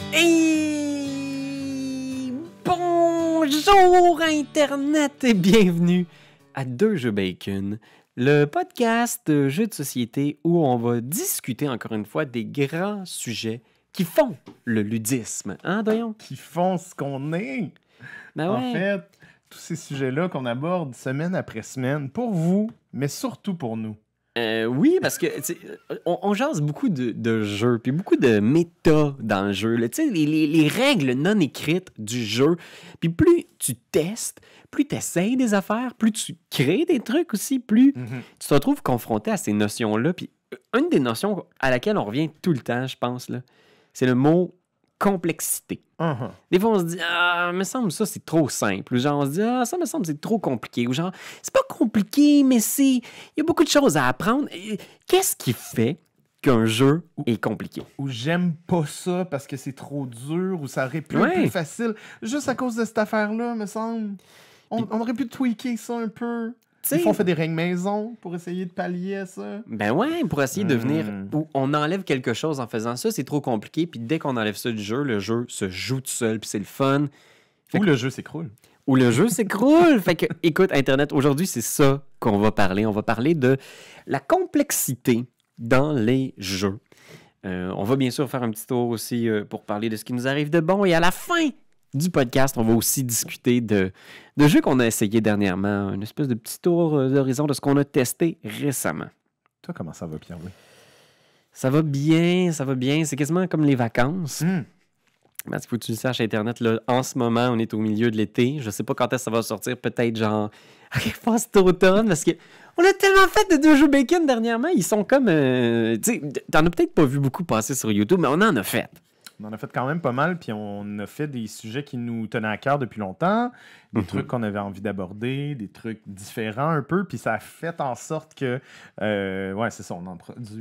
Et bonjour Internet et bienvenue à Deux Jeux Bacon, le podcast de jeux de société où on va discuter encore une fois des grands sujets qui font le ludisme. Hein, Doyon? Qui font ce qu'on est. Ben ouais. En fait, tous ces sujets-là qu'on aborde semaine après semaine, pour vous, mais surtout pour nous. Oui, parce que on jase beaucoup de jeux, puis beaucoup de méta dans le jeu. Tu sais, les règles non écrites du jeu. Puis plus tu testes, plus tu essayes des affaires, plus tu crées des trucs aussi, plus tu te retrouves confronté à ces notions-là. Puis une des notions à laquelle on revient tout le temps, je pense, là, c'est le mot complexité. Des fois, on se dit « Ah, me semble ça, c'est trop simple. » Ou genre, on se dit « Ah, ça me semble, c'est trop compliqué. » Ou genre, c'est pas compliqué, mais il y a beaucoup de choses à apprendre. Qu'est-ce qui fait qu'un jeu est compliqué? Ou j'aime pas ça parce que c'est trop dur, ou ça aurait pu être plus facile. Juste à cause de cette affaire-là, me semble. On aurait pu tweaker ça un peu. Des fois, on fait des règles maison pour essayer de pallier à ça. Ben ouais, pour essayer de venir où on enlève quelque chose en faisant ça, c'est trop compliqué. Puis dès qu'on enlève ça du jeu, le jeu se joue tout seul, puis c'est le fun. Le jeu s'écroule. Ou le jeu s'écroule. Fait que, écoute, Internet, aujourd'hui, c'est ça qu'on va parler. On va parler de la complexité dans les jeux. On va bien sûr faire un petit tour aussi pour parler de ce qui nous arrive de bon. Et à la fin du podcast, on va aussi discuter de jeux qu'on a essayé dernièrement. Une espèce de petit tour d'horizon de ce qu'on a testé récemment. Toi, comment ça va, Pierre-Louis? Ça va bien, ça va bien. C'est quasiment comme les vacances. Parce qu'il faut que tu le saches, Internet, là, en ce moment, on est au milieu de l'été. Je sais pas quand est-ce que ça va sortir. Peut-être genre à quelque part cet automne. Parce que on a tellement fait de Deux Jeux Bacon dernièrement. Ils sont comme... tu sais, t'en as peut-être pas vu beaucoup passer sur YouTube, mais on en a fait. On en a fait quand même pas mal, puis on a fait des sujets qui nous tenaient à cœur depuis longtemps, des trucs qu'on avait envie d'aborder, des trucs différents un peu, puis ça a fait en sorte que, ouais, c'est ça, on en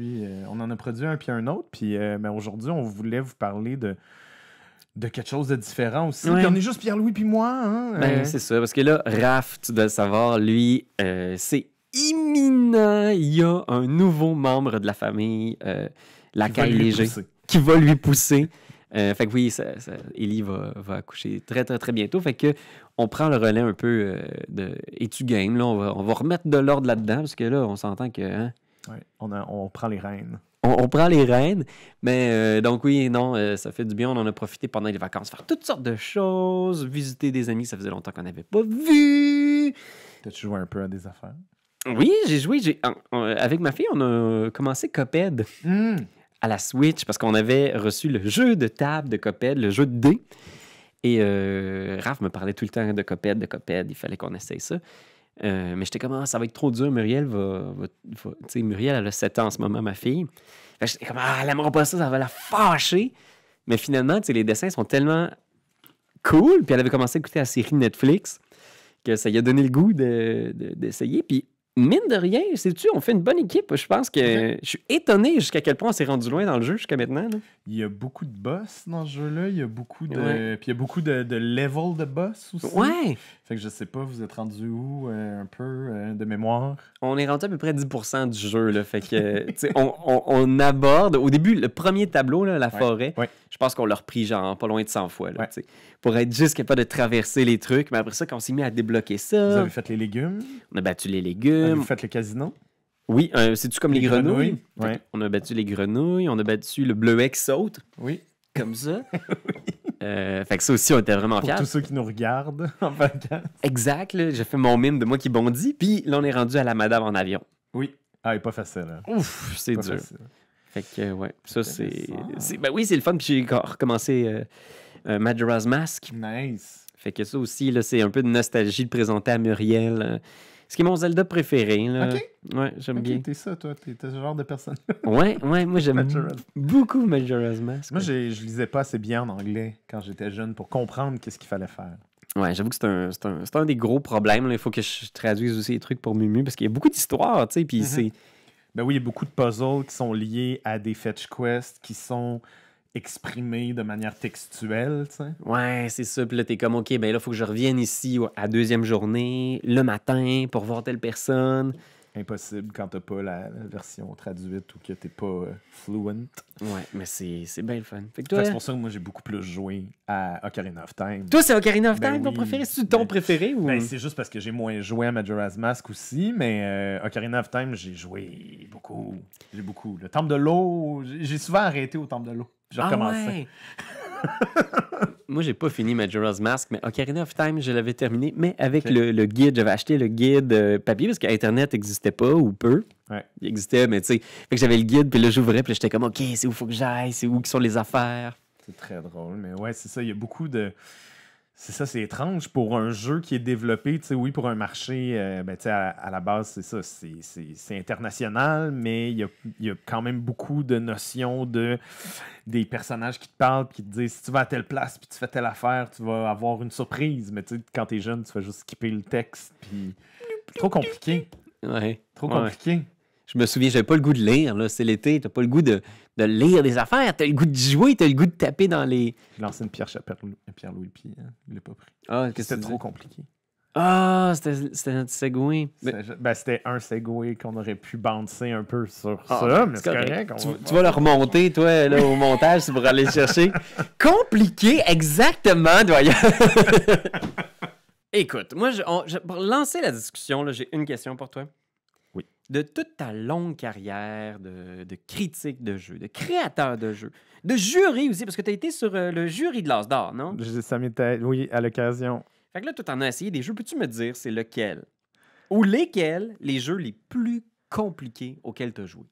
a produit un puis un autre, puis ben, aujourd'hui, on voulait vous parler de quelque chose de différent aussi. Puis on est juste Pierre-Louis puis moi. Hein, Ben, c'est ça, parce que là, Raph, tu dois le savoir, lui, c'est imminent. Il y a un nouveau membre de la famille, la Caille Léger, qui va lui pousser. Fait que oui, Ellie va accoucher très, très, très bientôt. Fait que on prend le relais un peu de Et-tu game? Là, on va remettre de l'ordre là-dedans, parce que là, on s'entend que... Hein, ouais, on prend les rênes. On prend les rênes, mais donc oui, non, ça fait du bien. On en a profité pendant les vacances, faire toutes sortes de choses, visiter des amis, ça faisait longtemps qu'on n'avait pas vu. T'as-tu joué un peu à des affaires? Oui, j'ai joué. Avec ma fille, on a commencé Cuphead à la Switch, parce qu'on avait reçu le jeu de table de Cuphead, le jeu de dés. Et Raph me parlait tout le temps de Cuphead, il fallait qu'on essaye ça. Mais j'étais comme, ça va être trop dur. Muriel tu sais, Muriel, elle a 7 ans en ce moment, ma fille. Fait que j'étais comme, elle aimera pas ça, ça va la fâcher. Mais finalement, tu sais, les dessins sont tellement cool. Puis elle avait commencé à écouter la série Netflix que ça lui a donné le goût d'essayer. Puis mine de rien, sais-tu, on fait une bonne équipe. Je pense que je suis étonné jusqu'à quel point on s'est rendu loin dans le jeu jusqu'à maintenant. Là. Il y a beaucoup de boss dans ce jeu-là. Il y a beaucoup de... Puis il y a beaucoup de level de boss aussi. Ouais! Fait que je sais pas, vous êtes rendu où un peu de mémoire? On est rendu à peu près 10% du jeu. Là, fait que, tu sais, on aborde... Au début, le premier tableau, là, la forêt, je pense qu'on l'a repris genre pas loin de 100 fois. Là, pour être juste capable de traverser les trucs. Mais après ça, quand on s'est mis à débloquer ça... Vous avez fait les légumes? On a battu les légumes. Avez-vous fait le casino? Oui, c'est-tu comme les grenouilles? Ouais. On a battu les grenouilles, on a battu le bleuet qui saute. Oui. Comme ça. Fait que ça aussi, on était vraiment fiers. Pour tous ceux qui nous regardent en podcast. Exact, là, j'ai fait mon mime de moi qui bondit, puis là, on est rendu à la madame en avion. Oui. Ah, il est pas facile. Hein. Ouf, c'est dur. Facile. Fait que, ouais, ça, c'est... Ben oui, c'est le fun, puis j'ai recommencé Majora's Mask. Nice. Fait que ça aussi, là, c'est un peu de nostalgie de présenter à Muriel... Ce qui est mon Zelda préféré. Là. OK. Ouais, j'aime bien. T'es ça, toi. T'es ce genre de personne. Ouais, moi, j'aime beaucoup Majora's Mask. Moi, je lisais pas assez bien en anglais quand j'étais jeune pour comprendre qu'est-ce qu'il fallait faire. Ouais, j'avoue que c'est un des gros problèmes. Là. Il faut que je traduise aussi les trucs pour Mumu, parce qu'il y a beaucoup d'histoires, tu sais, puis c'est... Ben oui, il y a beaucoup de puzzles qui sont liés à des fetch quests qui sont exprimés de manière textuelle, tu sais. Ouais, c'est ça. Puis là, t'es comme, OK, ben là, il faut que je revienne ici à deuxième journée, le matin, pour voir telle personne. Impossible quand t'as pas la version traduite ou que t'es pas fluent. Ouais, mais c'est bien le fun. Fait que Fait toi, que c'est pour ça que moi, j'ai beaucoup plus joué à Ocarina of Time. toi c'est Ocarina of Ben Time ton oui. préféré? C'est-tu ton préféré ou... Ben, c'est juste parce que j'ai moins joué à Majora's Mask aussi, mais Ocarina of Time, j'ai joué beaucoup. J'ai beaucoup. Le Temple de l'eau, j'ai souvent arrêté au Temple de l'eau. J'ai recommencé. Ouais. Moi, j'ai pas fini Majora's Mask, mais Ocarina of Time, je l'avais terminé, mais avec Ok. le guide. J'avais acheté le guide papier parce qu'Internet n'existait pas ou peu. Ouais. Il existait, mais tu sais. Fait que j'avais le guide, puis là, j'ouvrais, puis là, j'étais comme, OK, c'est où faut que j'aille? C'est où qui sont les affaires? C'est très drôle, mais ouais, c'est ça. Il y a beaucoup de. C'est ça, c'est étrange pour un jeu qui est développé, tu sais, oui, pour un marché, ben, tu sais, à la base, c'est ça, c'est international, mais il y a quand même beaucoup de notions des personnages qui te parlent, puis qui te disent, si tu vas à telle place, puis tu fais telle affaire, tu vas avoir une surprise, mais tu sais, quand t'es jeune, tu fais juste skipper le texte, puis trop compliqué, Ouais. trop Ouais. compliqué. Je me souviens, j'avais pas le goût de lire, là. C'est l'été, t'as pas le goût de lire des affaires, t'as le goût de jouer, t'as le goût de taper dans les... J'ai lancé une Pierre-Louis, puis il l'a pas pris. Ah, qu'est-ce que C'était tu trop dis? compliqué. Ah, c'était notre segway. C'était un segway qu'on aurait pu bouncer un peu sur Ah, ça, mais c'est c'est correct. correct. Tu vas le remonter, toi, là, au montage, c'est pour aller le chercher. Compliqué, exactement, doyen. Écoute, moi, pour lancer la discussion, là, j'ai une question pour toi. Oui. De toute ta longue carrière de critique de jeux, de créateur de jeux, de jury aussi, parce que tu as été sur le jury de l'As d'or, non? Ça m'était, oui, à l'occasion. Fait que là, toi, t'en as essayé des jeux. Peux-tu me dire c'est lequel ou lesquels les jeux les plus compliqués auxquels tu as joué?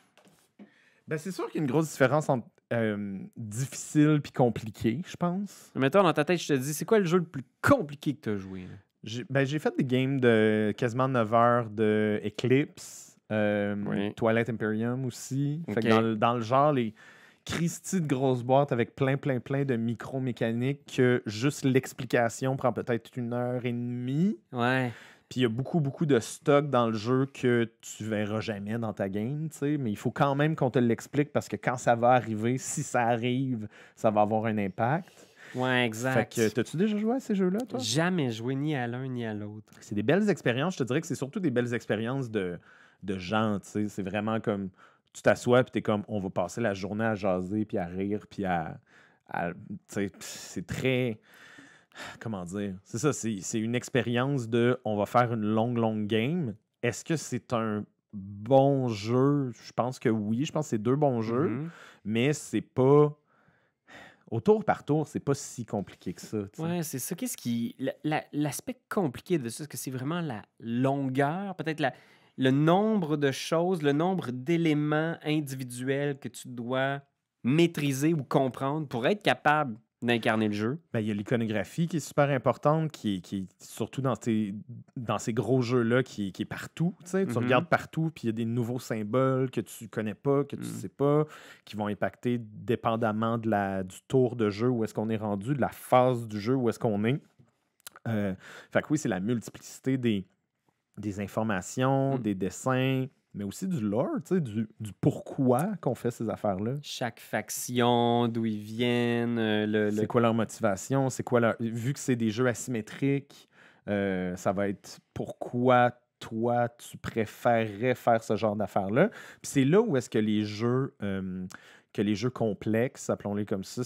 Ben, c'est sûr qu'il y a une grosse différence entre difficile puis compliqué, je pense. Mettons, dans ta tête, je te dis, c'est quoi le jeu le plus compliqué que tu as joué? Là? J'ai fait des games de quasiment 9 heures de Eclipse, Oui. Twilight Imperium aussi. Fait Ok. que dans le genre, les Christy de grosses boîtes avec plein de micro-mécaniques que juste l'explication prend peut-être 1h30. Ouais. Puis il y a beaucoup de stock dans le jeu que tu verras jamais dans ta game, tu sais, mais il faut quand même qu'on te l'explique parce que quand ça va arriver, si ça arrive, ça va avoir un impact. Ouais, exact. Fait que, t'as-tu déjà joué à ces jeux-là, toi? Jamais joué ni à l'un ni à l'autre. C'est des belles expériences. Je te dirais que c'est surtout des belles expériences de gens, tu sais. C'est vraiment comme, tu t'assois puis t'es comme, on va passer la journée à jaser puis à rire puis tu sais, c'est très... Comment dire? C'est ça, c'est une expérience de, on va faire une longue game. Est-ce que c'est un bon jeu? Je pense que oui. Je pense que c'est 2 bons jeux, Mhm. mais c'est pas... Au tour par tour, c'est pas si compliqué que ça. Tu sais. Ouais, c'est ça. Qu'est-ce qui. L'aspect compliqué de ça, est-ce que c'est vraiment la longueur, peut-être le nombre de choses, le nombre d'éléments individuels que tu dois maîtriser ou comprendre pour être capable d'incarner le jeu? Ben, il y a l'iconographie qui est super importante, qui est surtout dans ces gros jeux-là, qui est partout. Tu sais. Tu Mhm. regardes partout, puis il y a des nouveaux symboles que tu connais pas, que tu sais pas, qui vont impacter dépendamment du tour de jeu, où est-ce qu'on est rendu, de la phase du jeu, où est-ce qu'on est. Fait que oui, c'est la multiplicité des informations, des dessins, mais aussi du lore, tu sais, du pourquoi qu'on fait ces affaires-là. Chaque faction, d'où ils viennent, C'est quoi leur motivation? C'est quoi leur... Vu que c'est des jeux asymétriques, ça va être pourquoi toi, tu préférerais faire ce genre d'affaires-là. Puis c'est là où est-ce que les jeux complexes, appelons-les comme ça,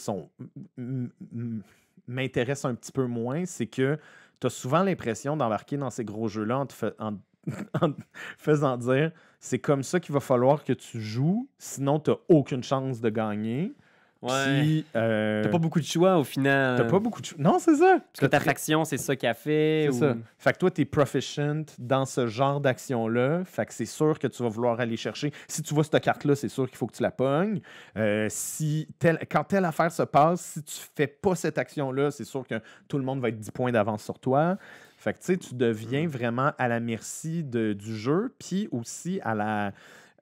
m'intéressent un petit peu moins. C'est que tu as souvent l'impression d'embarquer dans ces gros jeux-là en te faisant dire c'est comme ça qu'il va falloir que tu joues, sinon tu n'as aucune chance de gagner. Puis, T'as pas beaucoup de choix au final. t'as pas beaucoup de Non, c'est ça. Parce que ta faction, c'est ça qu'elle fait. C'est ça. Fait que toi, tu es proficient dans ce genre d'action-là. Fait que c'est sûr que tu vas vouloir aller chercher. Si tu vois cette carte-là, c'est sûr qu'il faut que tu la pognes. Quand telle affaire se passe, si tu fais pas cette action-là, c'est sûr que tout le monde va être 10 points d'avance sur toi. Fait que tu sais, tu deviens vraiment à la merci du jeu, puis aussi à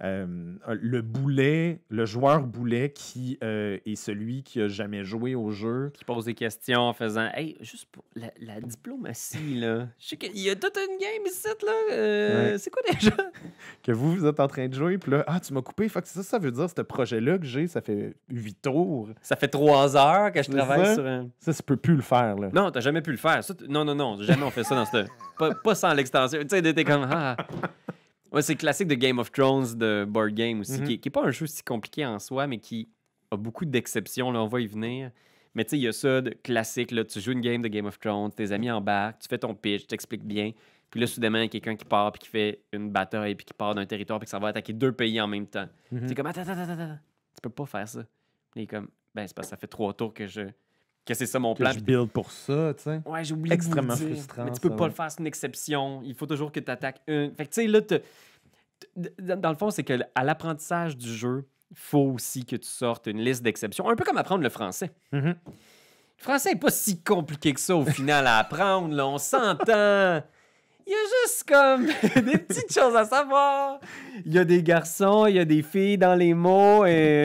le joueur boulet qui est celui qui a jamais joué au jeu. Qui pose des questions en faisant hey, juste pour la diplomatie, là. Je sais qu'il y a toute une game ici, là. Ouais. C'est quoi déjà? Que vous êtes en train de jouer, puis là, tu m'as coupé. Fait que ça veut dire, ce projet-là que j'ai, ça fait 8 tours. Ça fait 3 heures que je C'est travaille ça? sur un. Ça peux plus le faire, là. Non, t'as jamais pu le faire. Ça, non, jamais on fait ça dans ce. Pas sans l'extension. Tu sais, t'es comme. Ah. Ouais, c'est classique de Game of Thrones, de board game aussi, qui est pas un jeu si compliqué en soi, mais qui a beaucoup d'exceptions. Là, on va y venir. Mais tu sais, il y a ça de classique. Là, tu joues une game de Game of Thrones, tes amis embarquent, tu fais ton pitch, tu t'expliques bien. Puis là, soudainement, il y a quelqu'un qui part, puis qui fait une bataille, puis qui part d'un territoire, puis qui s'en va attaquer 2 pays en même temps. C'est comme, attends, tu peux pas faire ça. Il est comme, ben, c'est parce que ça fait 3 tours que c'est ça mon Que plan. je build pour ça, tu sais. Ouais, j'ai oublié Extrêmement de vous le dire. frustrant, Mais tu peux ça, pas ouais. le faire, c'est une exception. Il faut toujours que tu attaques une. Fait que tu sais, là, dans le fond, c'est que à l'apprentissage du jeu, il faut aussi que tu sortes une liste d'exceptions. Un peu comme apprendre le français. Le français n'est pas si compliqué que ça au final à apprendre, là, on s'entend. Il y a juste comme des petites choses à savoir. Il y a des garçons, il y a des filles dans les mots. Et...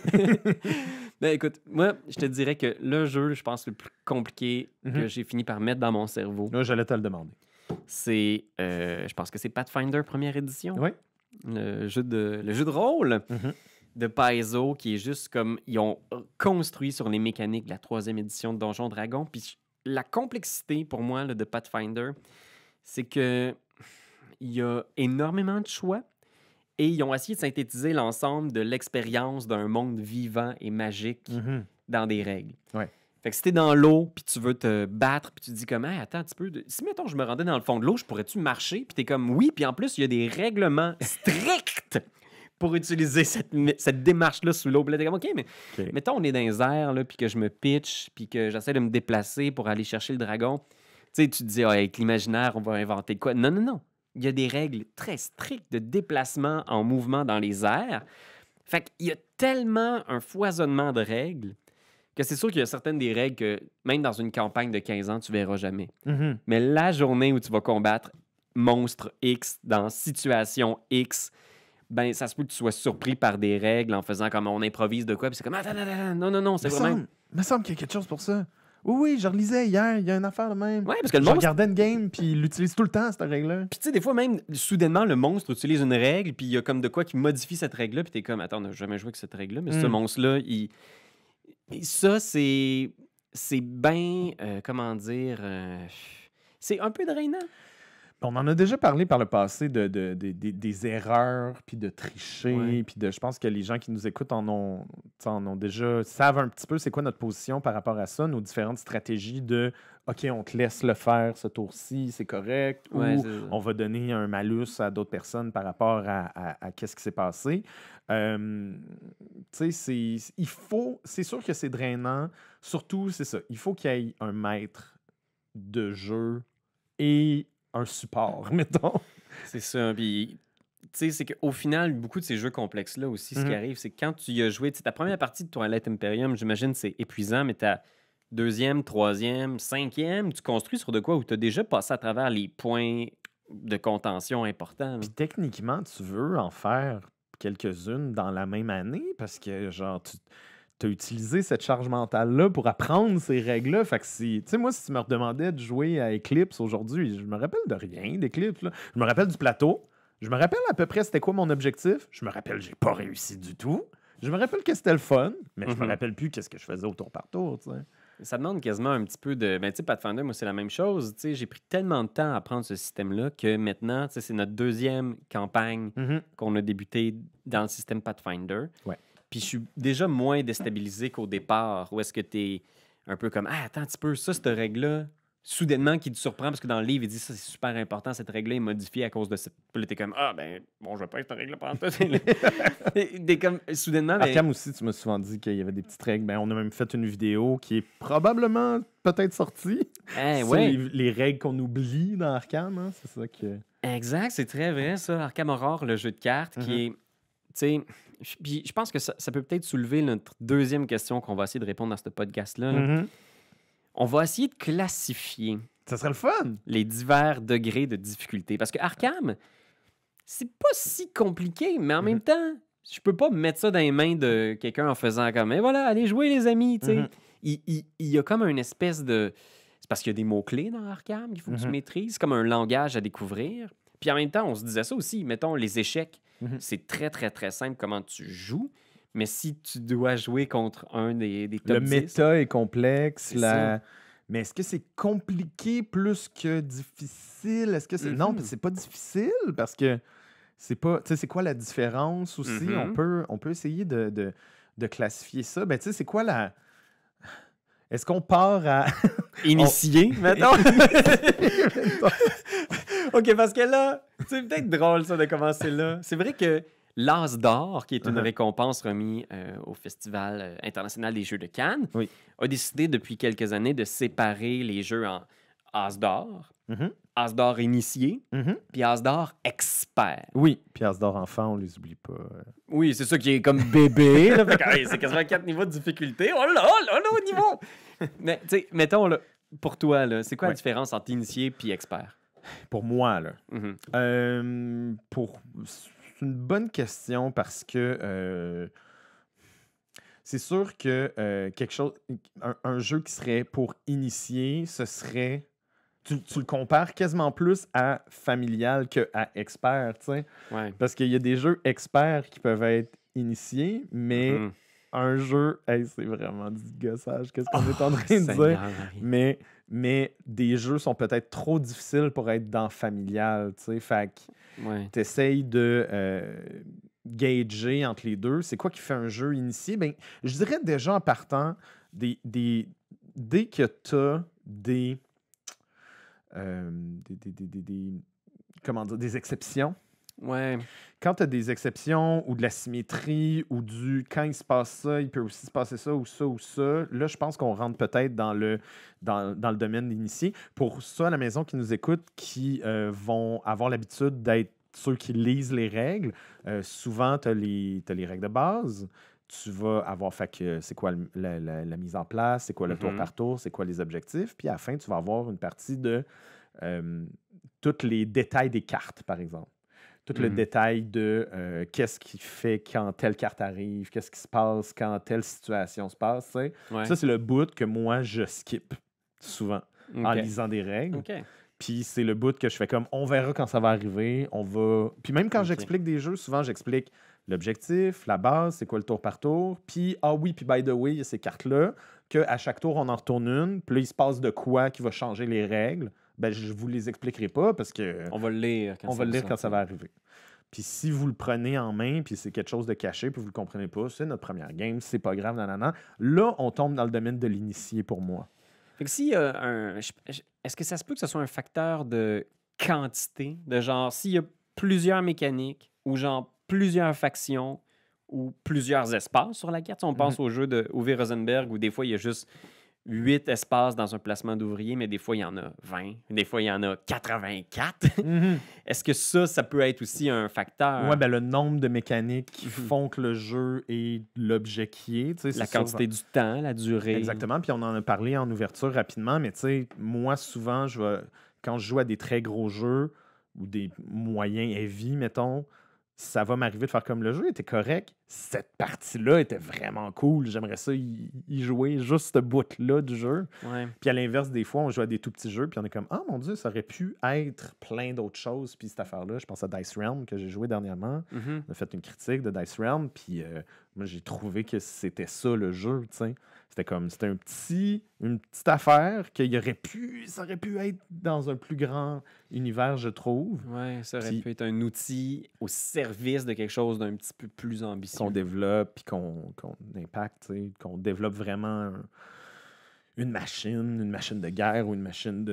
Ben écoute, moi, je te dirais que le jeu, je pense, le plus compliqué que j'ai fini par mettre dans mon cerveau, Là, j'allais te le demander. c'est, je pense que c'est Pathfinder première édition. Oui. Le jeu de rôle de Paizo, qui est juste comme... Ils ont construit sur les mécaniques de la 3e édition de Donjons Dragons. Puis la complexité, pour moi, là, de Pathfinder, c'est que il y a énormément de choix et ils ont essayé de synthétiser l'ensemble de l'expérience d'un monde vivant et magique dans des règles. Ouais. Fait que si t'es dans l'eau, puis tu veux te battre, puis tu te dis comme, hey, attends un petit peu, si mettons je me rendais dans le fond de l'eau, je pourrais-tu marcher? Puis t'es comme, oui, puis en plus, il y a des règlements stricts pour utiliser cette démarche-là sous l'eau. Puis là, t'es comme, OK, mais mettons on est dans les airs, là, puis que je me pitch, puis que j'essaie de me déplacer pour aller chercher le dragon. Tu sais, tu te dis, ah, avec l'imaginaire, on va inventer quoi? Non, non, non. Il y a des règles très strictes de déplacement en mouvement dans les airs. Fait qu'il y a tellement un foisonnement de règles que c'est sûr qu'il y a certaines des règles que, même dans une campagne de 15 ans, tu verras jamais. Mais la journée où tu vas combattre monstre X dans situation X, ben ça se peut que tu sois surpris par des règles en faisant comme on improvise de quoi, puis c'est comme, attends, non, non, non, c'est vraiment... Il me semble qu'il y a quelque chose pour ça. Oui, je relisais hier, il y a une affaire de même. Ouais, parce que le Je monstre... regardais une game, puis il l'utilise tout le temps, cette règle-là. Puis tu sais, des fois même, soudainement, le monstre utilise une règle, puis il y a comme de quoi qui modifie cette règle-là, puis t'es comme, attends, on n'a jamais joué avec cette règle-là, mais ce monstre-là, il... Et ça, c'est bien, comment dire, c'est un peu drainant. On en a déjà parlé par le passé des erreurs, puis de tricher, puis je pense que les gens qui nous écoutent en ont déjà, savent un petit peu c'est quoi notre position par rapport à ça, nos différentes stratégies de OK, on te laisse le faire ce tour-ci, c'est correct, ou on va donner un malus à d'autres personnes par rapport à qu'est-ce qui s'est passé. Tu sais, c'est sûr que c'est drainant, surtout, c'est ça, il faut qu'il y ait un maître de jeu et un support, mettons. C'est ça. Puis, tu sais, c'est qu'au final, beaucoup de ces jeux complexes-là aussi, ce qui arrive, c'est que quand tu y as joué, ta première partie de Twilight Imperium, j'imagine, c'est épuisant, mais ta 2e, 3e, 5e, tu construis sur de quoi où tu as déjà passé à travers les points de contention importants. Puis techniquement, tu veux en faire quelques-unes dans la même année parce que, genre, tu as utilisé cette charge mentale-là pour apprendre ces règles-là. Fait que tu sais, moi, si tu me redemandais de jouer à Eclipse aujourd'hui, je me rappelle de rien d'Eclipse, là. Je me rappelle du plateau. Je me rappelle à peu près c'était quoi mon objectif. Je me rappelle j'ai pas réussi du tout. Je me rappelle que c'était le fun, mais je me rappelle plus qu'est-ce que je faisais au tour par tour, tu sais. Ça demande quasiment un petit peu de... Ben, tu sais, Pathfinder, moi, c'est la même chose. Tu sais, j'ai pris tellement de temps à apprendre ce système-là que maintenant, tu sais, c'est notre 2e campagne qu'on a débuté dans le système Pathfinder. Ouais. Puis je suis déjà moins déstabilisé qu'au départ, où est-ce que tu es un peu comme, ah, attends un petit peu, ça, cette règle-là, soudainement, qui te surprend, parce que dans le livre, il dit, ça, c'est super important, cette règle-là est modifiée à cause de cette... Puis là, t'es comme, ah, ben, bon, je vais pas être cette règle-là pendant tout. T'es comme, soudainement... Arkham aussi, tu m'as souvent dit qu'il y avait des petites règles. Ben, on a même fait une vidéo qui est probablement peut-être sortie. Ouais. Les règles qu'on oublie dans Arkham, hein? C'est ça que... Exact, c'est très vrai, ça. Arkham Horror, le jeu de cartes, qui est... Tu sais, puis je pense que ça peut peut-être soulever notre 2e question qu'on va essayer de répondre dans ce podcast-là. Là. On va essayer de classifier... Ça serait le fun! Les divers degrés de difficulté. Parce que Arkham, c'est pas si compliqué, mais en même temps, je peux pas mettre ça dans les mains de quelqu'un en faisant comme « Et voilà, allez jouer les amis! » Il y a comme une espèce de... C'est parce qu'il y a des mots-clés dans Arkham qu'il faut que tu maîtrises. C'est comme un langage à découvrir. Puis en même temps, on se disait ça aussi. Mettons, les échecs, c'est très, très, très simple comment tu joues. Mais si tu dois jouer contre un des top 10... Le méta est complexe. Ça. Mais est-ce que c'est compliqué plus que difficile? Est-ce que c'est... Non, c'est pas difficile parce que c'est pas... Tu sais, c'est quoi la différence aussi? On peut essayer de classifier ça. Ben, tu sais, c'est quoi la... Est-ce qu'on part à... Initié, mettons. OK, parce que là, c'est peut-être drôle, ça, de commencer là. C'est vrai que l'As d'or, qui est une récompense remise au Festival international des Jeux de Cannes, a décidé depuis quelques années de séparer les jeux en As d'or, As d'or initié, puis As d'or expert. Oui, puis As d'or enfant, on les oublie pas. Oui, c'est ça qui est comme bébé. Là, fait que, hey, c'est quasiment 4 niveaux de difficulté. Oh là, au niveau! Mais, tu sais, mettons, là, pour toi, là, c'est quoi la différence entre initié et expert? Pour moi, là. C'est une bonne question parce que c'est sûr que quelque chose, un jeu qui serait pour initier, ce serait... Tu le compares quasiment plus à familial qu'à expert, tu sais. Ouais. Parce qu'il y a des jeux experts qui peuvent être initiés, mais un jeu... Hey, c'est vraiment du gossage, qu'est-ce qu'on est en train de dire? Mais des jeux sont peut-être trop difficiles pour être dans familial, tu sais. Fait que t'essayes de gager entre les deux. C'est quoi qui fait un jeu initié? Ben, je dirais déjà en partant, dès que t'as des des exceptions. Ouais. Quand tu as des exceptions ou de la symétrie ou quand il se passe ça, il peut aussi se passer ça ou ça ou ça, là, je pense qu'on rentre peut-être dans le domaine d'initié. Pour ceux à la maison qui nous écoutent, qui vont avoir l'habitude d'être ceux qui lisent les règles, souvent, tu as les règles de base. Tu vas avoir fait que c'est quoi la mise en place, c'est quoi le tour par tour, c'est quoi les objectifs. Puis à la fin, tu vas avoir une partie de tous les détails des cartes, par exemple. Tout le détail de qu'est-ce qui fait quand telle carte arrive, qu'est-ce qui se passe quand telle situation se passe. Ça, c'est le bout que moi, je skip souvent en lisant des règles. Puis c'est le bout que je fais comme, on verra quand ça va arriver, on va... Puis même quand j'explique des jeux, souvent, j'explique l'objectif, la base, c'est quoi le tour par tour. Puis, puis by the way, il y a ces cartes-là, qu'à chaque tour, on en retourne une. Puis là, il se passe de quoi qui va changer les règles. Ben, je vous les expliquerai pas parce que... On va le lire quand ça va arriver. Puis si vous le prenez en main, puis c'est quelque chose de caché, puis vous le comprenez pas, c'est notre première game, c'est pas grave, nanana. Là, on tombe dans le domaine de l'initié pour moi. Fait que si est-ce que ça se peut que ce soit un facteur de quantité, de genre, s'il y a plusieurs mécaniques ou genre plusieurs factions ou plusieurs espaces sur la carte, si on pense au jeu de Uwe Rosenberg où des fois il y a juste 8 espaces dans un placement d'ouvrier, mais des fois il y en a 20, des fois il y en a 84. Est-ce que ça peut être aussi un facteur? Oui, ben le nombre de mécaniques qui font que le jeu est l'objet qui est. La quantité du temps, la durée. Exactement, puis on en a parlé en ouverture rapidement, mais tu sais, moi souvent, quand je joue à des très gros jeux ou des moyens heavy, mettons, ça va m'arriver de faire comme le jeu était correct. Cette partie-là était vraiment cool. J'aimerais ça y jouer, juste ce bout-là du jeu. Puis à l'inverse, des fois, on joue à des tout petits jeux, puis on est comme, ah mon Dieu, ça aurait pu être plein d'autres choses. Puis cette affaire-là, je pense à Dice Realm que j'ai joué dernièrement. On a fait une critique de Dice Realm, puis moi, j'ai trouvé que c'était ça le jeu, tu sais. C'était une petite affaire ça aurait pu être dans un plus grand univers, je trouve. Oui, ça aurait pu être un outil au service de quelque chose d'un petit peu plus ambitieux. Qu'on développe, puis qu'on impacte, qu'on développe vraiment une machine de guerre ou une machine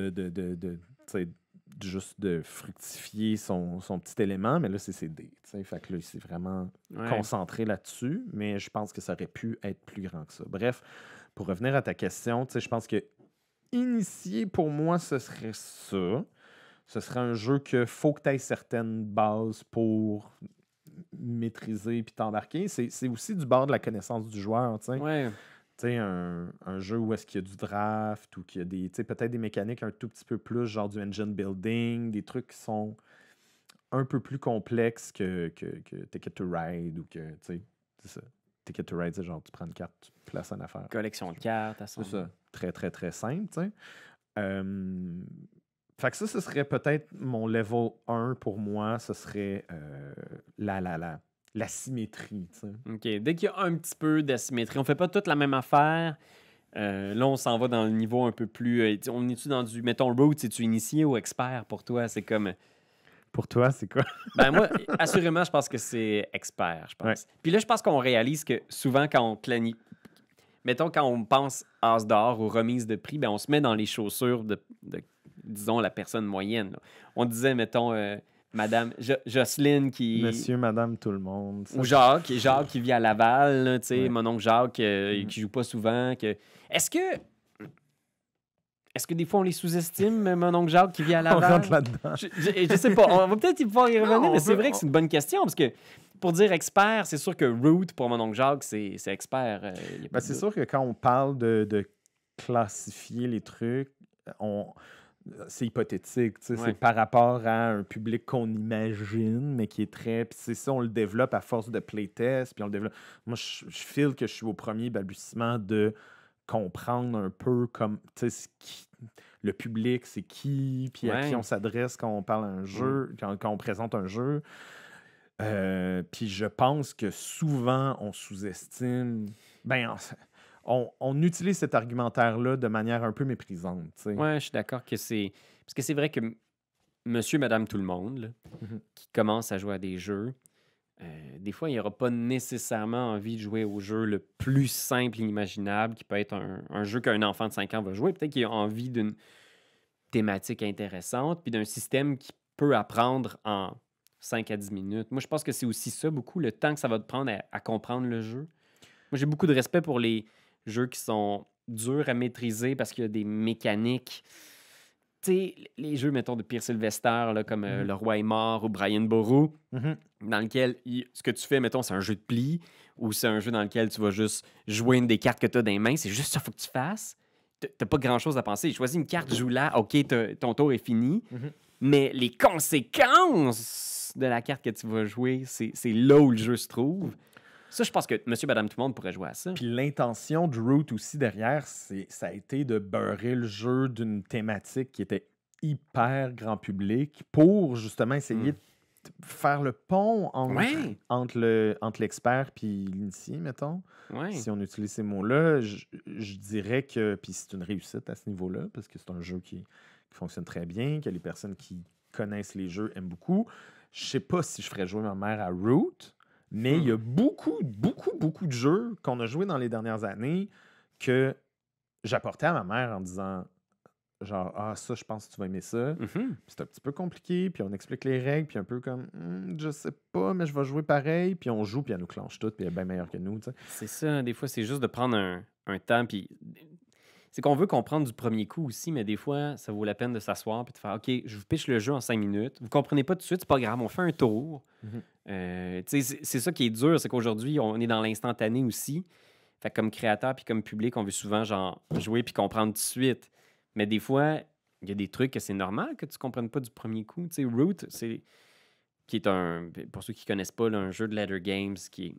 juste de fructifier son petit élément, mais là, c'est ses dés. Fait que là, c'est vraiment concentré là-dessus, mais je pense que ça aurait pu être plus grand que ça. Bref, pour revenir à ta question, je pense que initier, pour moi, ce serait ça. Ce serait un jeu que faut que tu aies certaines bases pour maîtriser puis t'embarquer. C'est aussi du bord de la connaissance du joueur, tu sais. Tu sais, un jeu où est-ce qu'il y a du draft ou qu'il y a peut-être des mécaniques un tout petit peu plus, genre du engine building, des trucs qui sont un peu plus complexes que Ticket to Ride ou que, tu sais, c'est ça. Ticket to Ride, c'est genre, tu prends une carte, tu places une affaire. Collection de cartes, c'est ça. Très, très, très simple, tu sais. Fait que ça, ce serait peut-être mon level 1 pour moi, ce serait la symétrie. T'sais. OK. Dès qu'il y a un petit peu d'asymétrie, on fait pas toute la même affaire. Là, on s'en va dans le niveau un peu plus... on est-tu dans du... Mettons, root, c'est-tu initié ou expert pour toi? C'est comme... Pour toi, c'est quoi? Ben moi, assurément, je pense que c'est expert, je pense. Ouais. Puis là, je pense qu'on réalise que souvent, quand on mettons, quand on pense as d'or ou remise de prix, ben on se met dans les chaussures disons, la personne moyenne. Là. On disait, mettons, Madame Jocelyne qui... Monsieur, madame, tout le monde. Ou Jacques qui vit à Laval, là, tu sais, Ouais. mon oncle Jacques qui joue pas souvent. Est-ce que des fois on les sous-estime, mon oncle Jacques qui vit à On Laval? rentre là-dedans. Je sais pas. On va peut-être pouvoir y revenir, Non, mais c'est peut- vrai que c'est une bonne question parce que pour dire expert, c'est sûr que root pour mon oncle Jacques, c'est expert. Y a pas de c'est doute. sûr que quand on parle de classifier les trucs, c'est hypothétique. Tu sais, Ouais. c'est par rapport à un public qu'on imagine, mais qui est très. Puis c'est ça, on le développe à force de playtest. Puis on le développe. Moi, je feel que je suis au premier balbutiement de comprendre un peu comme. Tu sais, le public, c'est qui, puis à qui Ouais. on s'adresse quand on parle un jeu, quand on présente un jeu. Puis je pense que souvent, on sous-estime. Ben, on utilise cet argumentaire-là de manière un peu méprisante. Tu sais. Ouais, je suis d'accord que c'est. Parce que c'est vrai que monsieur, madame, tout le monde, là, qui commence à jouer à des jeux, des fois, il n'aura pas nécessairement envie de jouer au jeu le plus simple inimaginable, qui peut être un jeu qu'un enfant de 5 ans va jouer. Peut-être qu'il a envie d'une thématique intéressante, puis d'un système qui peut apprendre en 5 à 10 minutes. Moi, je pense que c'est aussi ça, beaucoup, le temps que ça va te prendre à comprendre le jeu. Moi, j'ai beaucoup de respect pour les jeux qui sont durs à maîtriser parce qu'il y a des mécaniques. Tu sais, les jeux, mettons, de Pierre Sylvester, là, comme Le Roi est mort ou Brian Boru, Mhm. dans lequel ce que tu fais, mettons, c'est un jeu de pli ou c'est un jeu dans lequel tu vas juste jouer une des cartes que tu as dans les mains. C'est juste ça qu'il faut que tu fasses. T'as pas grand-chose à penser. Choisis une carte, joue-la. OK, ton tour est fini. Mais les conséquences de la carte que tu vas jouer, c'est là où le jeu se trouve. Ça, je pense que monsieur, madame, tout le monde pourrait jouer à ça. Puis l'intention du Root aussi derrière, ça a été de beurrer le jeu d'une thématique qui était hyper grand public pour justement essayer de faire le pont Ouais. entre l'expert puis l'initié, mettons. Ouais. Si on utilise ces mots-là, je dirais que puis c'est une réussite à ce niveau-là parce que c'est un jeu qui fonctionne très bien, que les personnes qui connaissent les jeux aiment beaucoup. Je sais pas si je ferais jouer ma mère à Root, mais il y a beaucoup de jeux qu'on a joués dans les dernières années que j'apportais à ma mère en disant genre, ah, ça, je pense que tu vas aimer ça. Mhm. Puis c'est un petit peu compliqué, puis on explique les règles, puis un peu comme, je sais pas, mais je vais jouer pareil. Puis on joue, puis elle nous clenche tout, puis elle est bien meilleure que nous, tu sais. C'est ça. Des fois, c'est juste de prendre un temps. Puis c'est qu'on veut comprendre du premier coup aussi, mais des fois, ça vaut la peine de s'asseoir et de faire OK, je vous pitch le jeu en 5 minutes. Vous comprenez pas tout de suite, c'est pas grave, on fait un tour. Tu sais, c'est ça qui est dur, c'est qu'aujourd'hui, on est dans l'instantané aussi. Fait que comme créateur puis comme public, on veut souvent genre jouer puis comprendre tout de suite. Mais des fois, il y a des trucs que c'est normal que tu comprennes pas du premier coup. Tu sais, Root, qui est pour ceux qui connaissent pas, là, un jeu de Ladder Games qui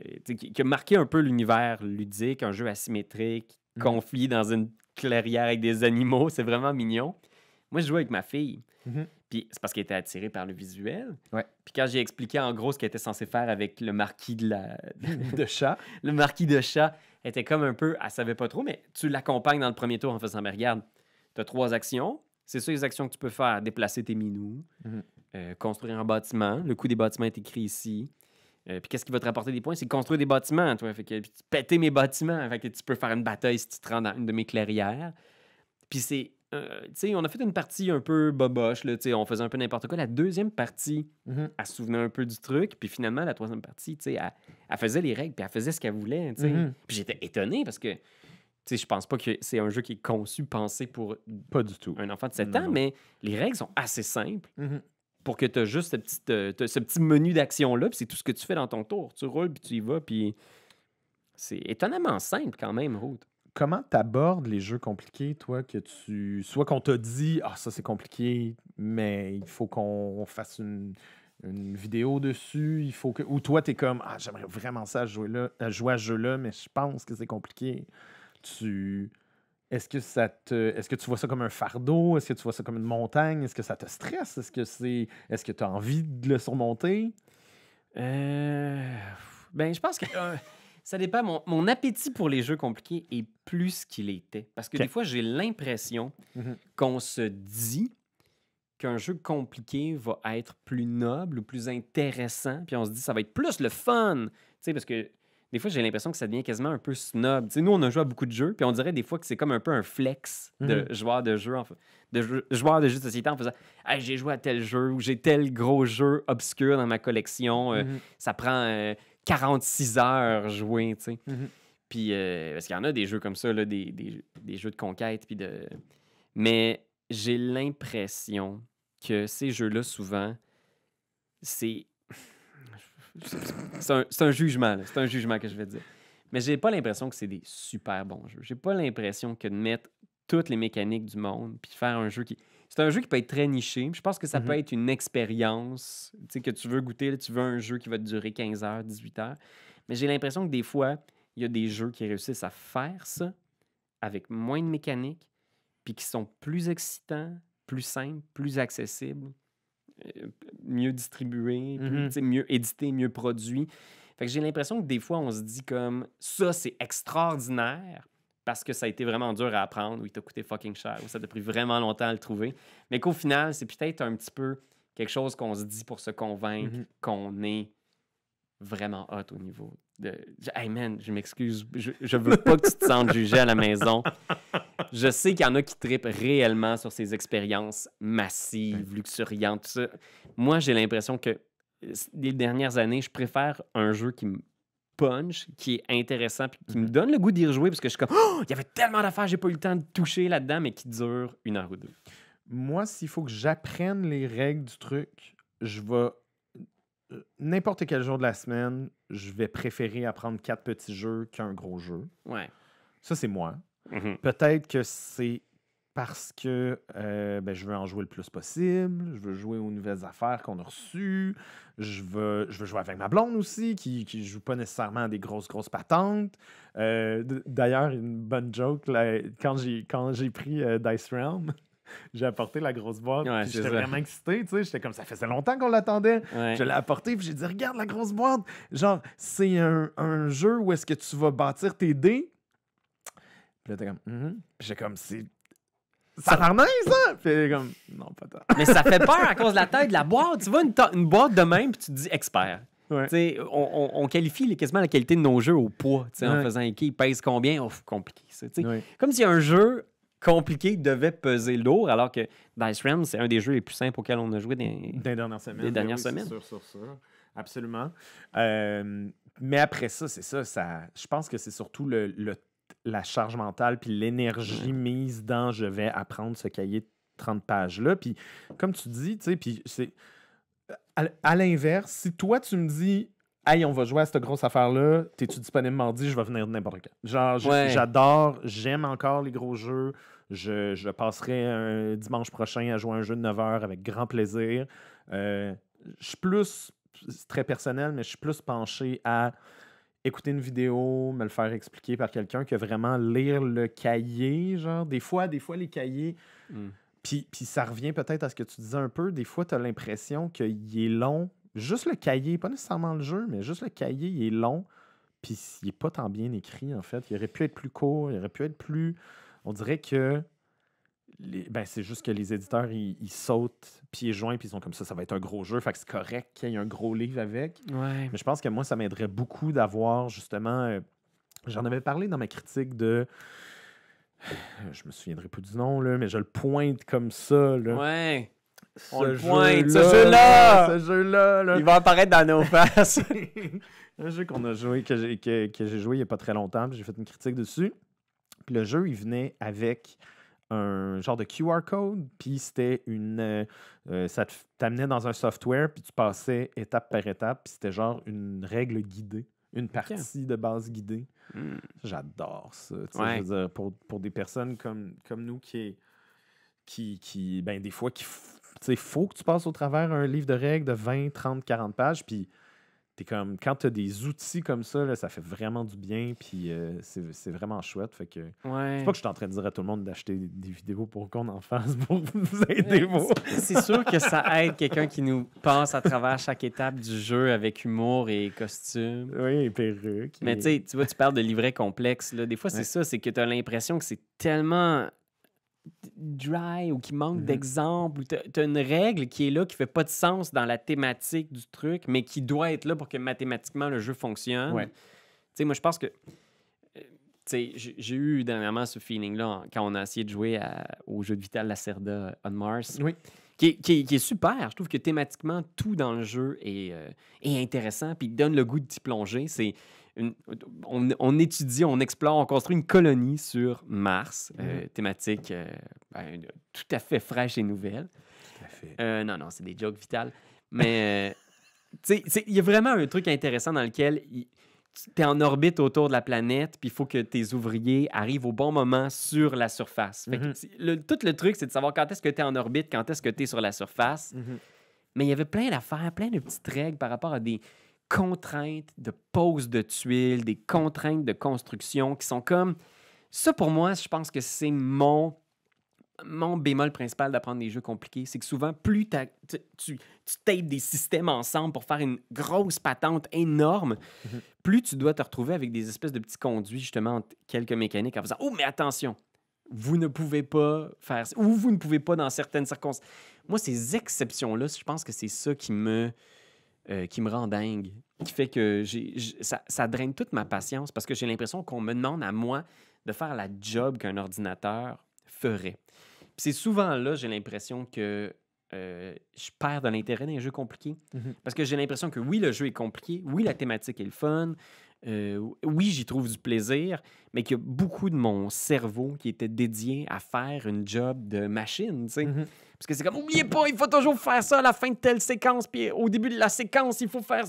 a marqué un peu l'univers ludique, un jeu asymétrique, confié dans une clairière avec des animaux. C'est vraiment mignon. Moi, je jouais avec ma fille. Puis c'est parce qu'elle était attirée par le visuel. Ouais. Puis quand j'ai expliqué en gros ce qu'elle était censée faire avec le marquis de chat. Le marquis de chat, elle était comme un peu... Elle savait pas trop, mais tu l'accompagnes dans le premier tour en faisant, mais regarde, tu as 3 actions. C'est ça les actions que tu peux faire. Déplacer tes minous, construire un bâtiment. Le coût des bâtiments est écrit ici. Puis qu'est-ce qui va te rapporter des points? C'est construire des bâtiments, toi. Fait que, puis péter mes bâtiments. Fait que tu peux faire une bataille si tu te rends dans une de mes clairières. Puis c'est... tu sais, on a fait une partie un peu boboche, là, tu sais, on faisait un peu n'importe quoi. La deuxième partie, elle se souvenait un peu du truc. Puis finalement, la troisième partie, tu sais, elle faisait les règles, puis elle faisait ce qu'elle voulait, tu sais. Puis j'étais étonné parce que, tu sais, je pense pas que c'est un jeu qui est conçu, pensé pour Pas du tout. un enfant de 7 ans, mais les règles sont assez simples pour que tu aies juste ce petit menu d'action-là, puis c'est tout ce que tu fais dans ton tour. Tu roules, puis tu y vas, puis c'est étonnamment simple quand même, Route. Comment tu abordes les jeux compliqués, toi, soit qu'on t'a dit, ah, ça c'est compliqué, mais il faut qu'on fasse une vidéo dessus, ou toi, t'es comme, ah, j'aimerais vraiment ça jouer à ce jeu-là, mais je pense que c'est compliqué. Est-ce que tu vois ça comme un fardeau? Est-ce que tu vois ça comme une montagne? Est-ce que ça te stresse? Est-ce que tu as envie de le surmonter? Ben, je pense que ça dépend. Mon appétit pour les jeux compliqués est plus qu'il était. Parce que des fois, j'ai l'impression qu'on se dit qu'un jeu compliqué va être plus noble ou plus intéressant, puis on se dit ça va être plus le fun. Tu sais, parce que des fois, j'ai l'impression que ça devient quasiment un peu snob. Tu sais, nous, on a joué à beaucoup de jeux, puis on dirait des fois que c'est comme un peu un flex de joueur de jeu, joueur de jeux de société en faisant hey, j'ai joué à tel jeu ou j'ai tel gros jeu obscur dans ma collection. Ça prend 46 heures jouer, tu sais. Puis, parce qu'il y en a des jeux comme ça, là, des jeux de conquête, puis de... Mais j'ai l'impression que ces jeux-là, souvent, c'est un jugement, là. C'est un jugement que je vais dire. Mais j'ai pas l'impression que c'est des super bons jeux. J'ai pas l'impression que de mettre toutes les mécaniques du monde puis faire un jeu qui... C'est un jeu qui peut être très niché. Je pense que ça peut être une expérience, tu sais, que tu veux goûter. Là, tu veux un jeu qui va te durer 15 heures, 18 heures. Mais j'ai l'impression que des fois, il y a des jeux qui réussissent à faire ça avec moins de mécaniques puis qui sont plus excitants, plus simples, plus accessibles, mieux distribués, mieux édités, mieux produits. Fait que j'ai l'impression que des fois, on se dit comme ça, c'est extraordinaire parce que ça a été vraiment dur à apprendre ou il t'a coûté fucking cher ou ça t'a pris vraiment longtemps à le trouver. Mais qu'au final, c'est peut-être un petit peu quelque chose qu'on se dit pour se convaincre qu'on est vraiment hot au niveau de... Hey man, je m'excuse, je veux pas que tu te sentes jugé à la maison. Je sais qu'il y en a qui trippent réellement sur ces expériences massives, luxuriantes, tout ça. Moi, j'ai l'impression que les dernières années, je préfère un jeu qui me punch, qui est intéressant, puis qui me donne le goût d'y rejouer, parce que je suis comme, oh, il y avait tellement d'affaires, j'ai pas eu le temps de toucher là-dedans, mais qui dure 1 heure ou 2. Moi, s'il faut que j'apprenne les règles du truc, je vais... N'importe quel jour de la semaine, je vais préférer apprendre 4 petits jeux qu'un gros jeu. Ouais. Ça, c'est moi. Peut-être que c'est parce que je veux en jouer le plus possible. Je veux jouer aux nouvelles affaires qu'on a reçues. Je veux jouer avec ma blonde aussi, qui ne joue pas nécessairement à des grosses patentes. D'ailleurs, une bonne joke, là, quand j'ai pris Dice Realm, j'ai apporté la grosse boîte. Ouais, j'étais vraiment excité. Tu sais, j'étais comme, ça faisait longtemps qu'on l'attendait. Ouais. Je l'ai apporté, puis j'ai dit, regarde la grosse boîte. Genre, c'est un jeu où est-ce que tu vas bâtir tes dés. Puis là, t'es comme, Puis j'ai comme, c'est. Ça a l'air nice, ça! Puis elle est comme, non, pas tant. Mais ça fait peur à cause de la taille de la boîte. Tu vois une boîte de même, puis tu te dis expert. Ouais. On qualifie quasiment la qualité de nos jeux au poids, en faisant qui pèse combien. Oh, compliqué, ça. Comme si un jeu compliqué devait peser lourd, alors que Dice Realm, c'est un des jeux les plus simples auxquels on a joué des dernières semaines. C'est sûr. Absolument. Mais après ça, c'est ça. Je pense que c'est surtout la charge mentale puis l'énergie mise dans je vais apprendre ce cahier de 30 pages-là. Puis comme tu dis, tu sais, puis c'est... À l'inverse, si toi, tu me dis « Hey, on va jouer à cette grosse affaire-là, t'es-tu disponible mardi? Je vais venir n'importe quand. » Genre, j'adore, j'aime encore les gros jeux. Je passerai un dimanche prochain à jouer à un jeu de 9 heures avec grand plaisir. Je suis plus... C'est très personnel, mais je suis plus penché à écouter une vidéo, me le faire expliquer par quelqu'un que vraiment lire le cahier. Genre, des fois les cahiers... Puis ça revient peut-être à ce que tu disais un peu. Des fois, tu as l'impression qu'il est long. Juste le cahier, pas nécessairement le jeu, mais juste le cahier, il est long. Puis il n'est pas tant bien écrit, en fait. Il aurait pu être plus court, il aurait pu être plus... On dirait que... c'est juste que les éditeurs, ils sautent pieds joints, puis ils sont comme ça va être un gros jeu. Fait que c'est correct qu'il y ait un gros livre avec. Ouais. Mais je pense que moi, ça m'aiderait beaucoup d'avoir, justement... j'en avais parlé dans ma critique de... Je me souviendrai pas du nom, là, mais je le pointe comme ça. Là. Ouais. On le pointe. Ce jeu-là. Là. Il va apparaître dans nos faces. Un jeu qu'on a joué, que j'ai joué il n'y a pas très longtemps. J'ai fait une critique dessus. Puis le jeu, il venait avec un genre de QR code. Puis c'était une... ça t'amenait dans un software. Puis tu passais étape par étape. Puis c'était genre une règle guidée. Une partie de base guidée. J'adore ça. Je veux dire, pour des personnes comme nous qui des fois, il faut que tu passes au travers un livre de règles de 20, 30, 40 pages. Puis t'es comme, quand tu as des outils comme ça, là, ça fait vraiment du bien. Puis c'est vraiment chouette. Fait que c'est pas que je suis en train de dire à tout le monde d'acheter des vidéos pour qu'on en fasse pour vous aider. C'est sûr que ça aide quelqu'un qui nous passe à travers chaque étape du jeu avec humour et costume. Oui, et perruque. Mais tu vois, tu parles de livrets complexes. Là. Des fois, c'est ça, c'est que tu as l'impression que c'est tellement dry ou qui manque d'exemples, ou t'as une règle qui est là, qui fait pas de sens dans la thématique du truc, mais qui doit être là pour que mathématiquement le jeu fonctionne. Ouais. Tu sais, moi, je pense que... tu sais, j'ai eu dernièrement ce feeling-là quand on a essayé de jouer au jeu de Vital Lacerda on Mars. Oui. Qui est super. Je trouve que thématiquement, tout dans le jeu est intéressant, puis donne le goût d'y plonger. On étudie, on explore, on construit une colonie sur Mars, thématique tout à fait fraîche et nouvelle. Tout à fait. Non, c'est des jokes vitales. Mais tu sais, il y a vraiment un truc intéressant dans lequel tu es en orbite autour de la planète, puis il faut que tes ouvriers arrivent au bon moment sur la surface. Fait que tout le truc, c'est de savoir quand est-ce que tu es en orbite, quand est-ce que tu es sur la surface. Mais il y avait plein d'affaires, plein de petites règles par rapport à des contraintes de pose de tuiles, des contraintes de construction qui sont comme... Ça, pour moi, je pense que c'est mon bémol principal d'apprendre des jeux compliqués. C'est que souvent, plus tu tapes des systèmes ensemble pour faire une grosse patente énorme, plus tu dois te retrouver avec des espèces de petits conduits, justement, entre quelques mécaniques en faisant « Oh, mais attention! Vous ne pouvez pas faire ça. » Ou « Vous ne pouvez pas dans certaines circonstances. » Moi, ces exceptions-là, je pense que c'est ça qui me rend dingue, qui fait que ça draine toute ma patience parce que j'ai l'impression qu'on me demande à moi de faire la job qu'un ordinateur ferait. Puis c'est souvent là, j'ai l'impression que je perds de l'intérêt dans les jeux compliqués. Parce que j'ai l'impression que oui, le jeu est compliqué, oui, la thématique est le fun, oui, j'y trouve du plaisir, mais qu'il y a beaucoup de mon cerveau qui était dédié à faire une job de machine, tu sais. Parce que c'est comme, oubliez pas, il faut toujours faire ça à la fin de telle séquence, puis au début de la séquence, il faut faire...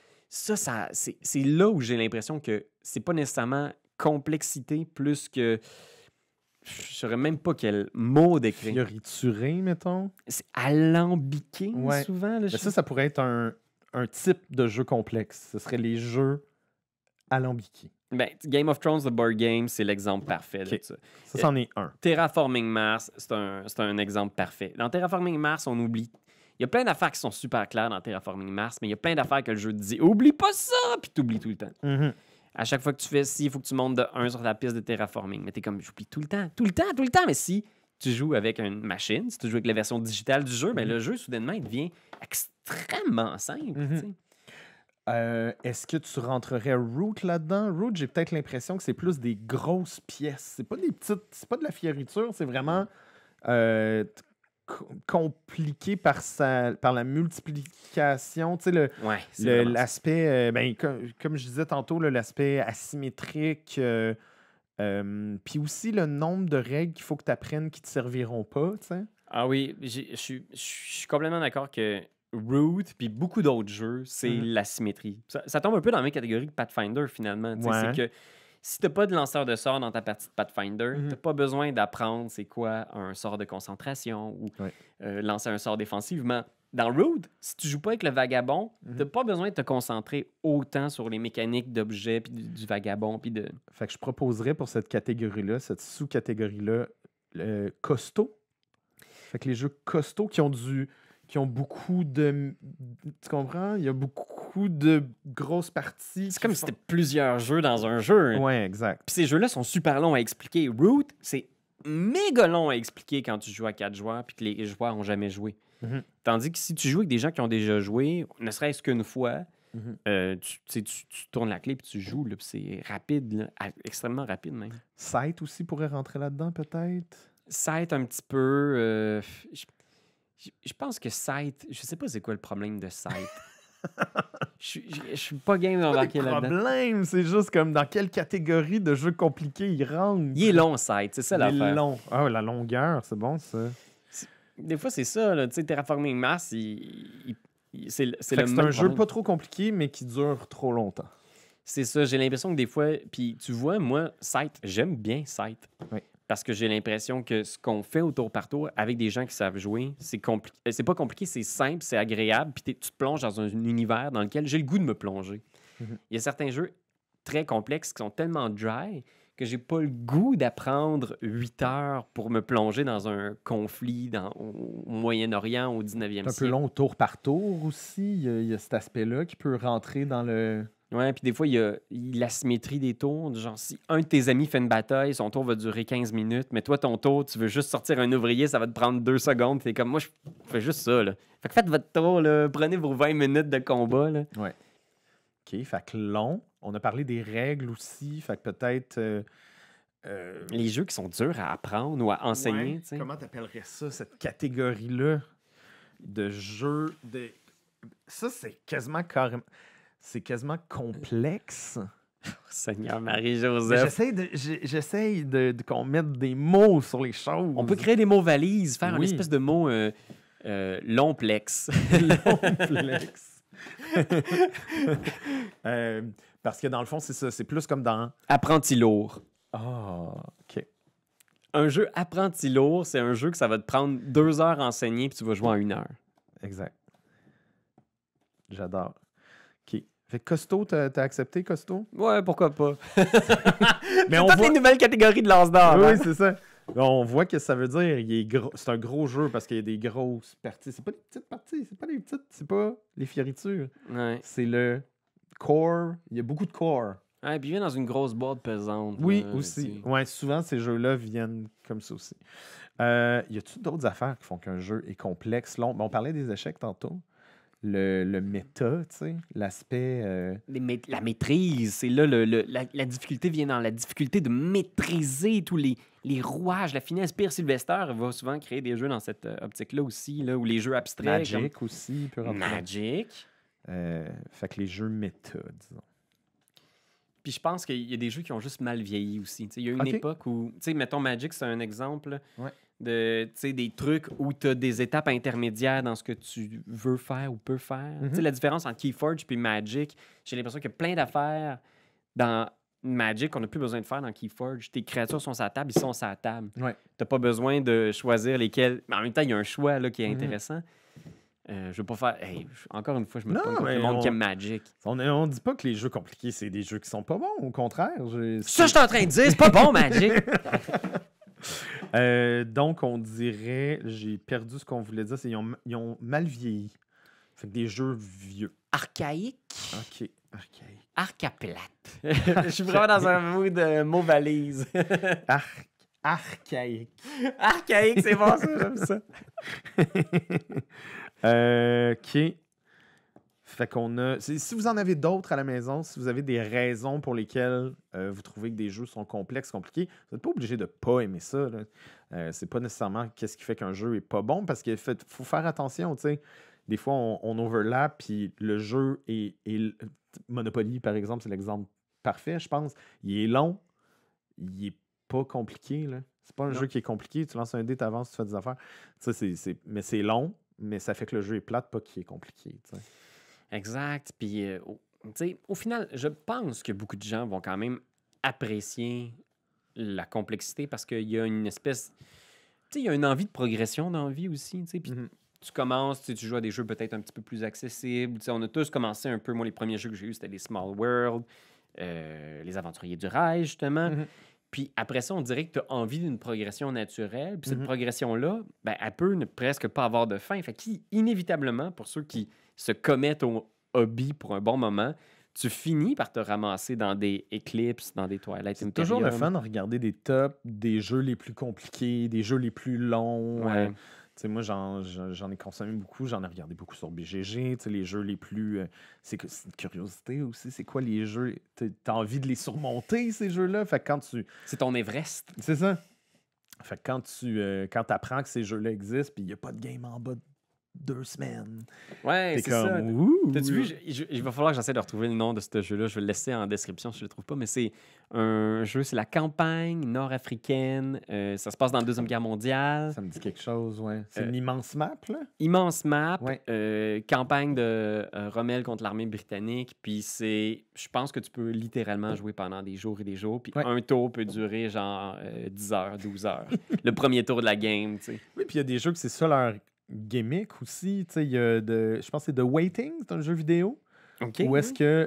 Ça c'est là où j'ai l'impression que c'est pas nécessairement complexité plus que... Je saurais même pas quel mot décrire. Fiorituré, mettons. C'est alambiqué, souvent. Là, ça pourrait être un type de jeu complexe. Ce serait les jeux alambiqués. Ben, Game of Thrones, The Board Game, c'est l'exemple parfait de ça. Ça, c'en est un. Terraforming Mars, c'est un exemple parfait. Dans Terraforming Mars, on oublie... Il y a plein d'affaires qui sont super claires dans Terraforming Mars, mais il y a plein d'affaires que le jeu te dit « Oublie pas ça! » Puis t'oublies tout le temps. À chaque fois que tu fais ci, il faut que tu montes de 1 sur la piste de terraforming. Mais t'es comme, j'oublie tout le temps. Mais si tu joues avec une machine, si tu joues avec la version digitale du jeu, ben le jeu, soudainement, il devient extrêmement simple. Est-ce que tu rentrerais Root là-dedans? Root, j'ai peut-être l'impression que c'est plus des grosses pièces. C'est pas des petites, c'est pas de la fioriture, c'est vraiment compliqué par la multiplication. Tu sais, l'aspect, comme je disais tantôt, l'aspect asymétrique, puis aussi le nombre de règles qu'il faut que tu apprennes qui ne te serviront pas. Tu sais. Ah oui, je suis complètement d'accord que Root, puis beaucoup d'autres jeux, c'est l'asymétrie. Ça tombe un peu dans la même catégorie que Pathfinder, finalement. C'est que si tu n'as pas de lanceur de sorts dans ta partie de Pathfinder, tu n'as pas besoin d'apprendre c'est quoi un sort de concentration ou lancer un sort défensivement. Dans Root, si tu joues pas avec le vagabond, tu n'as pas besoin de te concentrer autant sur les mécaniques d'objets puis du vagabond. Puis de... Fait que je proposerais pour cette catégorie-là, cette sous-catégorie-là, costaud. Fait que les jeux costauds qui ont beaucoup de... Tu comprends? Il y a beaucoup de grosses parties. C'est comme si c'était plusieurs jeux dans un jeu. Oui, exact. Puis ces jeux-là sont super longs à expliquer. Root, c'est méga long à expliquer quand tu joues à 4 joueurs puis que les joueurs n'ont jamais joué. Tandis que si tu joues avec des gens qui ont déjà joué, ne serait-ce qu'une fois, tu tournes la clé puis tu joues. Là, puis c'est rapide, là, extrêmement rapide même. Sight aussi pourrait rentrer là-dedans, peut-être? Sight un petit peu... Je pense que Sight... Je sais pas c'est quoi le problème de Sight. Je suis pas game d'embarquer là-dedans. Le problème, c'est juste comme dans quelle catégorie de jeux compliqués il rentre. Il est long, Sight, c'est ça l'affaire. Il est long. Ah, la longueur, c'est bon, ça. Des fois, c'est ça. Tu sais, Terraforming Mars, c'est un jeu pas trop compliqué, mais qui dure trop longtemps. C'est ça. J'ai l'impression que des fois... Puis tu vois, moi, Sight, j'aime bien Sight. Oui. Parce que j'ai l'impression que ce qu'on fait au tour par tour avec des gens qui savent jouer, c'est pas compliqué, c'est simple, c'est agréable, puis tu te plonges dans un univers dans lequel j'ai le goût de me plonger. Il y a certains jeux très complexes qui sont tellement dry que j'ai pas le goût d'apprendre 8 heures pour me plonger dans un conflit au Moyen-Orient au 19e siècle. C'est un peu long au tour par tour aussi. Il y a cet aspect-là qui peut rentrer dans le Ouais, puis des fois, il y a l'asymétrie des tours. Genre, si un de tes amis fait une bataille, son tour va durer 15 minutes, mais toi, ton tour, tu veux juste sortir un ouvrier, ça va te prendre 2 secondes. T'es comme, moi, je fais juste ça, là. Fait que faites votre tour, là. Prenez vos 20 minutes de combat, là. Ouais. OK, fait que long. On a parlé des règles aussi, fait que peut-être... Les jeux qui sont durs à apprendre ou à enseigner, tu sais. Comment t'appellerais ça, cette catégorie-là de jeux? Ça, c'est quasiment carrément... C'est quasiment complexe. Seigneur Marie-Joseph. J'essaye qu'on mette des mots sur les choses. On peut créer des mots valises, faire une Oui. espèce de mot longplex. Longplex. Parce que dans le fond, c'est ça. C'est plus comme dans... Apprenti lourd. Ah, OK. Un jeu apprenti lourd, c'est un jeu que ça va te prendre 2 heures à enseigner puis tu vas jouer en 1 heure. Exact. J'adore. OK. Fait que Costo, t'as accepté Costo? Ouais, pourquoi pas. Mais Toutes les nouvelles catégories de l'as d'or. Oui, hein? c'est ça. On voit que ça veut dire il est gros. C'est un gros jeu parce qu'il y a des grosses parties. C'est pas des petites parties, c'est pas les fioritures. Ouais. C'est le core. Il y a beaucoup de core. Ouais, puis il vient dans une grosse boîte pesante. Oui, là, aussi. tu sais. Ouais, souvent ces jeux-là viennent comme ça aussi. Y a-tu d'autres affaires qui font qu'un jeu est complexe, long? Ben, on parlait des échecs tantôt. Le méta, tu sais, l'aspect. La maîtrise, c'est là la difficulté vient dans la difficulté de maîtriser tous les rouages, la finesse. Pierre Sylvester va souvent créer des jeux dans cette optique-là aussi, là, où les jeux abstraits. Magic aussi peut rentrer. Magic. Fait que les jeux méta, disons. Puis je pense qu'il y a des jeux qui ont juste mal vieilli aussi. T'sais, il y a une Ok. époque où, tu sais, mettons Magic, c'est un exemple Ouais. de, tu sais, des trucs où tu as des étapes intermédiaires dans ce que tu veux faire ou peux faire. Mhm. Tu sais, la différence entre Keyforge et Magic, j'ai l'impression qu'il y a plein d'affaires dans Magic qu'on n'a plus besoin de faire dans Keyforge. Tes créatures sont sur la table, ils sont sur la table. Ouais. T'as pas besoin de choisir lesquels. Mais en même temps, il y a un choix là, qui est Mhm. intéressant. Je veux pas faire. Hey, encore une fois, je me Non, trompe contre mais le monde on- qui aime Magic. On dit pas que les jeux compliqués, c'est des jeux qui sont pas bons. Au contraire. Ça, je suis en train de dire, c'est pas bon, Magic. Donc, on dirait, j'ai perdu ce qu'on voulait dire, c'est ils ont mal vieilli. Fait que des jeux vieux. Archaïque. OK. Archaïque. Arc à plate. Je suis vraiment dans un mood mot valise. Archaïque. Archaïque, c'est bon ça, j'aime ça. OK. Fait qu'on a... Si vous en avez d'autres à la maison, si vous avez des raisons pour lesquelles vous trouvez que des jeux sont complexes, compliqués, vous n'êtes pas obligé de pas aimer ça. C'est pas nécessairement qu'est-ce qui fait qu'un jeu est pas bon, parce qu'il faut faire attention, tu sais. Des fois, on overlap, puis le jeu est... Monopoly, par exemple, c'est l'exemple parfait, je pense. Il est long, il est pas compliqué, là. C'est pas un Non. jeu qui est compliqué. Tu lances un dé, tu avances, tu fais des affaires. Tu sais, mais c'est long, mais ça fait que le jeu est plate, pas qu'il est compliqué, tu sais. Exact. Puis, tu sais, au final, je pense que beaucoup de gens vont quand même apprécier la complexité parce qu'il y a une espèce. Tu sais, il y a une envie de progression dans la vie aussi. Tu sais, puis Mhm. tu commences, tu joues à des jeux peut-être un petit peu plus accessibles. Tu sais, on a tous commencé un peu. Moi, les premiers jeux que j'ai eus, c'était les Small World, les Aventuriers du Rail, justement. Mhm. Puis après ça, on dirait que tu as envie d'une progression naturelle. Puis cette Mhm. progression-là, ben, elle peut ne presque pas avoir de fin. Fait qu'inévitablement, pour ceux qui se commettent au hobby pour un bon moment, tu finis par te ramasser dans des Eclipse, dans des Twilight C'est Imperium. toujours le fun de regarder des tops, des jeux les plus compliqués, des jeux les plus longs. Ouais. Tu sais, moi, j'en ai consommé beaucoup. J'en ai regardé beaucoup sur BGG. Tu sais, les jeux les plus... c'est une curiosité aussi. C'est quoi les jeux? T'as envie de les surmonter, ces jeux-là? Fait que quand tu... C'est ton Everest. C'est ça. Fait que quand t'apprends que ces jeux-là existent, puis il n'y a pas de game en bas de 2 semaines, Ouais, t'es c'est ça. comme... Ouh! T'as-tu vu? Il va falloir que j'essaie de retrouver le nom de ce jeu-là. Je vais le laisser en description si je le trouve pas. Mais c'est un jeu, c'est la campagne nord-africaine. Ça se passe dans la Deuxième Guerre mondiale. Ça me dit quelque chose, ouais. C'est une immense map, là? Immense map, Ouais. campagne de Rommel contre l'armée britannique. Puis je pense que tu peux littéralement jouer pendant des jours et des jours. Puis Ouais. un tour peut durer genre 10 heures, 12 heures. Le premier tour de la game, tu sais. Oui, puis il y a des jeux que c'est ça leur gimmick aussi. Tu sais, il y a je pense que c'est The Waiting, c'est un jeu vidéo. OK. Où est-ce que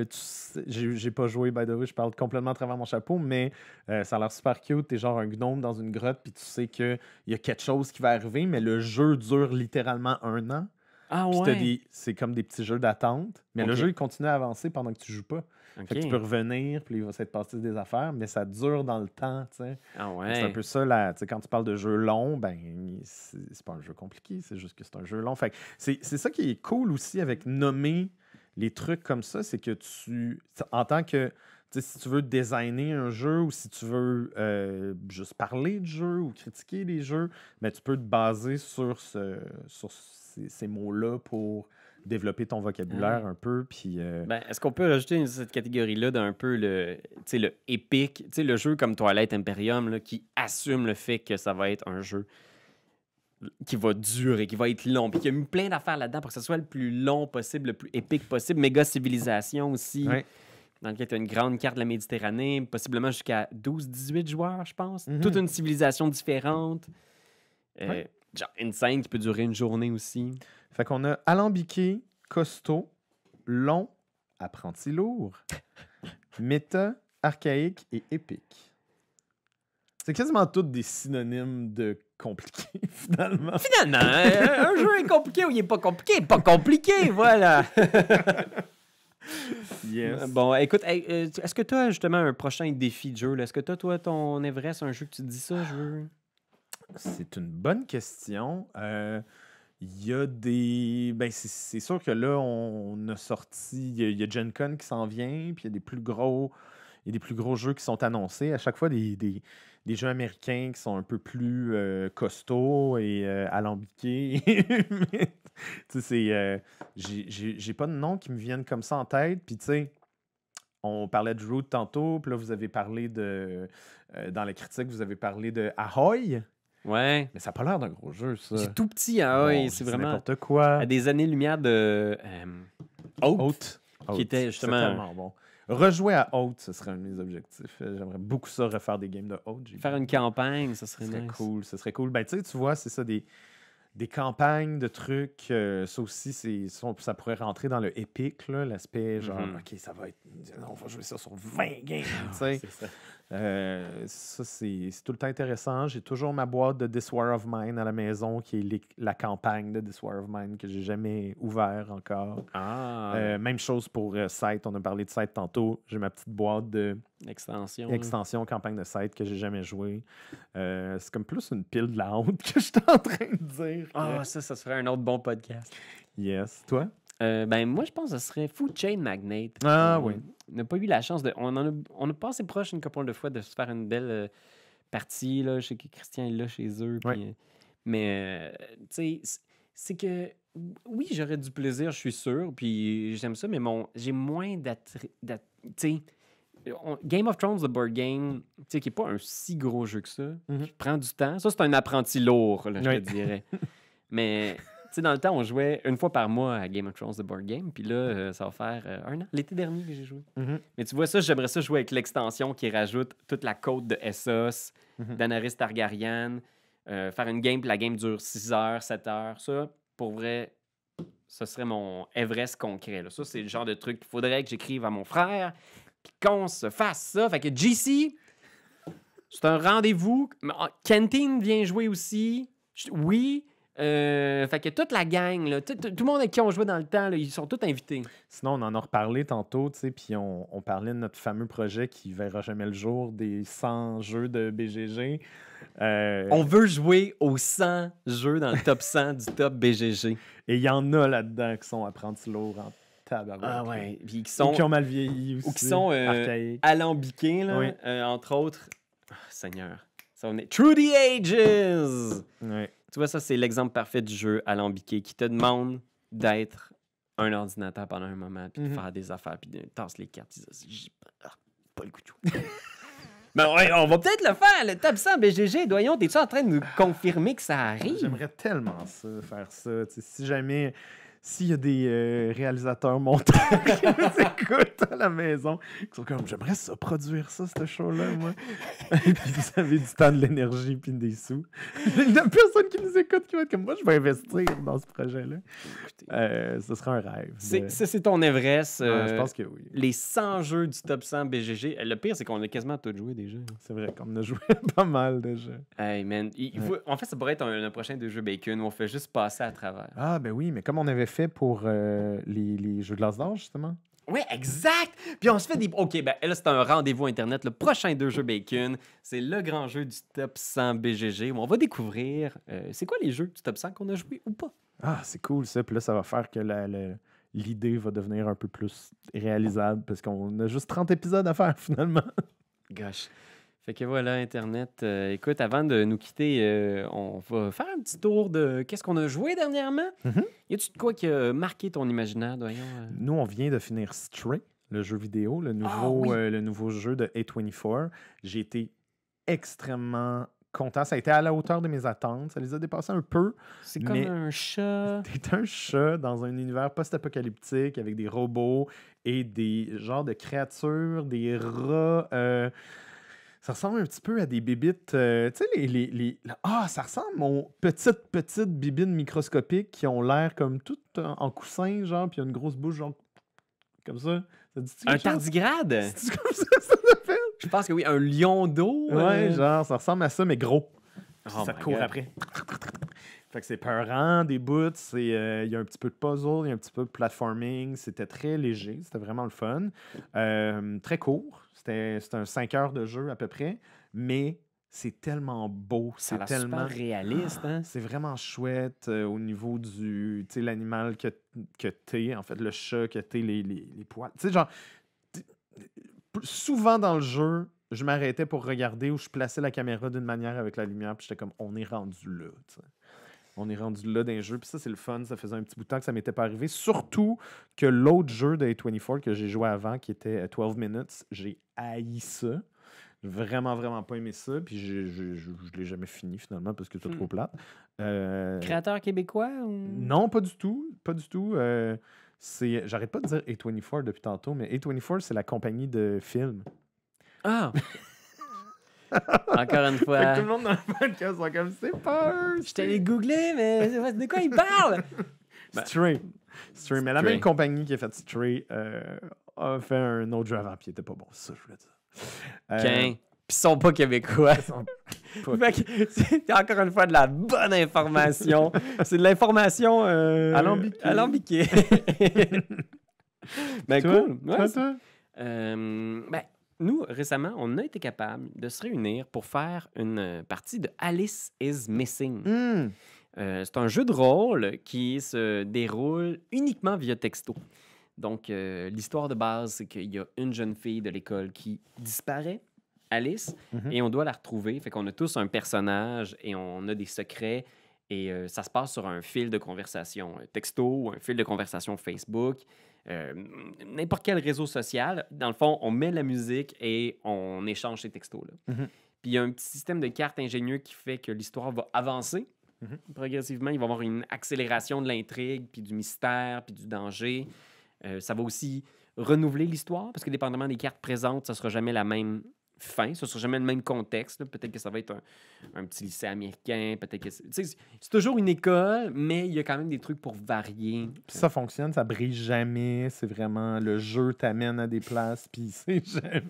j'ai pas joué, by the way, je parle complètement à travers mon chapeau, mais ça a l'air super cute. T'es genre un gnome dans une grotte, puis tu sais qu'il y a quelque chose qui va arriver, mais le jeu dure littéralement 1 an. Ah Puis ouais? c'est comme des petits jeux d'attente, mais le Ok. jeu, il continue à avancer pendant que tu joues pas. Ok. Fait que tu peux revenir, puis il va s'être passé des affaires, mais ça dure dans le temps, tu sais. Ah C'est un ouais. peu ça, là, tu sais, quand tu parles de jeu long, ben, c'est pas un jeu compliqué, c'est juste que c'est un jeu long. Fait que c'est ça qui est cool aussi avec nommer les trucs comme ça, c'est que en tant que, tu sais, si tu veux designer un jeu ou si tu veux juste parler de jeu ou critiquer les jeux, ben, tu peux te baser sur ces mots-là pour développer ton vocabulaire un peu, puis... Ben, est-ce qu'on peut rajouter cette catégorie-là d'un peu le épique, tu sais, le jeu comme Twilight Imperium là, qui assume le fait que ça va être un jeu qui va durer, qui va être long, puis qui a mis plein d'affaires là-dedans pour que ce soit le plus long possible, le plus épique possible. Méga Civilisation aussi, Ouais. dans lequel tu as une grande carte de la Méditerranée, possiblement jusqu'à 12-18 joueurs, je pense. Mhm. Toute une civilisation différente. Ouais. Genre une scène qui peut durer une journée aussi. Fait qu'on a alambiqué, costaud, long, apprenti lourd, méta, archaïque et épique. C'est quasiment toutes des synonymes de compliqué, finalement. Finalement, un jeu est compliqué ou il est pas compliqué? Pas compliqué, voilà! Yes. Bon, écoute, hey, est-ce que tu as justement un prochain défi de jeu? Là? Est-ce que tu as, toi, ton Everest, un jeu que tu te dis ça, je veux? C'est une bonne question. Il y a des... Ben, c'est sûr que là, on a sorti... Il y a Gen Con qui s'en vient, puis il y a des plus gros jeux qui sont annoncés. À chaque fois, des jeux américains qui sont un peu plus costauds et alambiqués. Mais, tu sais, j'ai pas de nom qui me viennent comme ça en tête. Puis, tu sais, on parlait de Root tantôt, puis là, vous avez parlé de... dans la critique, vous avez parlé de Ahoy. Ouais. Mais ça n'a pas l'air d'un gros jeu, ça. C'est tout petit, hein? Bon, C'est vraiment n'importe quoi. à des années-lumière de Oath, Oath. qui était justement... C'est tellement bon. Rejouer à Oath, ce serait un de mes objectifs. J'aimerais beaucoup ça, refaire des games de Oath. Faire une campagne, ça serait Ce serait nice. cool. Ce serait cool. Ben, tu sais, tu vois, c'est ça, des campagnes de trucs. Ça aussi, ça pourrait rentrer dans le épique, là, l'aspect genre, OK, ça va être... On va jouer ça sur 20 games, tu sais. C'est ça. Ça, c'est tout le temps intéressant. J'ai toujours ma boîte de This War of Mine à la maison, qui est la campagne de This War of Mine que j'ai jamais ouvert encore. Ah, Même chose pour Scythe. On a parlé de Scythe tantôt. J'ai ma petite boîte de extension. campagne de Scythe que j'ai jamais joué. C'est comme plus une pile de la honte que je suis en train de dire. Ah, ça serait un autre bon podcast. Yes. Toi? Ben, moi, je pense que ce serait Food Chain Magnate. Ah, oui. On n'a pas eu la chance de... On a passé proche une couple de fois de se faire une belle partie. Là. Je sais que Christian est là chez eux. Ouais. Puis, mais, tu sais, c'est que... Oui, j'aurais du plaisir, je suis sûr. Puis j'aime ça, mais j'ai moins tu sais... Game of Thrones, the board game, tu sais, qui n'est pas un si gros jeu que ça, qui prend du temps. Ça, c'est un apprenti lourd, là, je te dirais. Mais... Tu sais, dans le temps, on jouait une fois par mois à Game of Thrones, the board game. Puis là, ça va faire 1 an, l'été dernier que j'ai joué. Mais tu vois ça, j'aimerais ça jouer avec l'extension qui rajoute toute la côte de Essos, Daenerys Targaryen, faire une game, puis la game dure 6 heures, 7 heures. Ça, pour vrai, ce serait mon Everest concret. Là. Ça, c'est le genre de truc qu'il faudrait que j'écrive à mon frère, puis qu'on se fasse ça. Fait que GC, c'est un rendez-vous. Kentin vient jouer aussi. Oui. Fait que toute la gang, là, tout le monde avec qui on jouait dans le temps, là, ils sont tous invités. Sinon, on en a reparlé tantôt, tu sais, puis on parlait de notre fameux projet qui verra jamais le jour, des 100 jeux de BGG. On veut jouer aux 100 jeux dans le top 100 du top BGG. Et il y en a là-dedans qui sont apprentis lourds en tabarouette. Ah ouais. Puis Ou qui ont mal vieilli aussi. Ou qui sont archaïques. alambiqués, là, Oui. entre autres. Oh, Seigneur. Ça, on est... Through the Ages! Ouais. Tu vois, ça, c'est l'exemple parfait du jeu alambiqué qui te demande d'être un ordinateur pendant un moment, puis de faire des affaires, puis de tasser les cartes. J'ai pas le coup de jouer. Ben ouais, on va peut-être le faire, le top 100 BGG. Doyon, t'es-tu en train de nous confirmer que ça arrive? J'aimerais tellement ça, faire ça. Tu sais, si jamais s'il y a des réalisateurs monteurs qui nous écoutent à la maison, qui sont comme, j'aimerais ça, produire ça, ce show-là, moi. Puis vous avez du temps, de l'énergie, puis des sous. Il n'y a personne qui nous écoute qui va être comme, moi, je vais investir dans ce projet-là. Ce sera un rêve. C'est ton Everest. Je pense que oui. Les 100 jeux du top 100 BGG. Le pire, c'est qu'on a quasiment tout joué déjà. C'est vrai qu'on a joué pas mal déjà. Hey, man. En fait, ça pourrait être un prochain de jeux Bacon où on fait juste passer à travers. Ah, ben oui, mais comme on avait fait pour les jeux de l'As d'or, justement. Oui, exact! Puis on se fait des... OK, ben là, c'est un rendez-vous Internet. Le prochain de jeux Bacon, c'est le grand jeu du top 100 BGG où on va découvrir c'est quoi les jeux du top 100 qu'on a joué ou pas. Ah, c'est cool ça. Puis là, ça va faire que l'idée va devenir un peu plus réalisable parce qu'on a juste 30 épisodes à faire finalement. Gosh. Fait que voilà, Internet. Écoute, avant de nous quitter, on va faire un petit tour de qu'est-ce qu'on a joué dernièrement. Mm-hmm. Y a-tu de quoi qui a marqué ton imaginaire, voyons? Nous, on vient de finir Stray, le jeu vidéo, le nouveau jeu de A24. J'ai été extrêmement content. Ça a été à la hauteur de mes attentes. Ça les a dépassés un peu. C'est comme un chat. T'es un chat dans un univers post-apocalyptique avec des robots et des genres de créatures, des rats... Ça ressemble un petit peu à des bibites. Tu sais, ça ressemble aux petites bibines microscopiques qui ont l'air comme toutes en coussin, genre, puis il y a une grosse bouche, genre, comme ça. Un tardigrade? C'est comme ça s'appelle? Je pense que oui, un lion d'eau. Ouais, genre, ça ressemble à ça, mais gros. Oh ça te court après. Fait que c'est peurant, des bouts, il y a un petit peu de puzzle, il y a un petit peu de platforming. C'était très léger, c'était vraiment le fun. Très court. C'était un 5 heures de jeu à peu près, mais c'est tellement beau. C'est tellement super réaliste. Hein? C'est vraiment chouette au niveau du l'animal que t'es, en fait, le chat que t'es, les poils. Tu sais, genre, souvent dans le jeu, je m'arrêtais pour regarder où je plaçais la caméra d'une manière avec la lumière, puis j'étais comme, on est rendu là, tu sais. On est rendu là d'un jeu, puis ça, c'est le fun. Ça faisait un petit bout de temps que ça m'était pas arrivé. Surtout que l'autre jeu de A24 que j'ai joué avant, qui était 12 Minutes, j'ai haï ça. J'ai vraiment, vraiment pas aimé ça. Puis je l'ai jamais fini, finalement, parce que c'est trop plate. Créateur québécois? Ou... Non, pas du tout. Pas du tout. J'arrête pas de dire A24 depuis tantôt, mais A24, c'est la compagnie de films. Ah! Encore une fois. Fait que tout le monde dans le podcast sont comme, c'est peur. Je t'allais googler, mais de quoi il parle? Stray. Mais la même compagnie qui a fait Stray a fait un autre jeu avant, puis il était pas bon. C'est ça, je voulais dire. Puis ils sont pas québécois. C'est encore une fois de la bonne information. C'est de l'information alambiquée. Ben cool. Ouais, toi? Nous, récemment, on a été capable de se réunir pour faire une partie de Alice is Missing. C'est un jeu de rôle qui se déroule uniquement via texto. Donc, l'histoire de base, c'est qu'il y a une jeune fille de l'école qui disparaît, Alice, et on doit la retrouver. Fait qu'on a tous un personnage et on a des secrets. Et ça se passe sur un fil de conversation texto ou un fil de conversation Facebook. N'importe quel réseau social. Dans le fond, on met la musique et on échange ces textos-là. Puis il y a un petit système de cartes ingénieux qui fait que l'histoire va avancer. Progressivement, il va y avoir une accélération de l'intrigue, puis du mystère, puis du danger. Ça va aussi renouveler l'histoire, parce que dépendamment des cartes présentes, ça ne sera jamais la même fin, ça ne sera jamais le même contexte. Là. Peut-être que ça va être un petit lycée américain, peut-être que c'est toujours une école, mais il y a quand même des trucs pour varier. Puis ça fonctionne, ça brille jamais. C'est vraiment le jeu t'amène à des places, puis c'est jamais...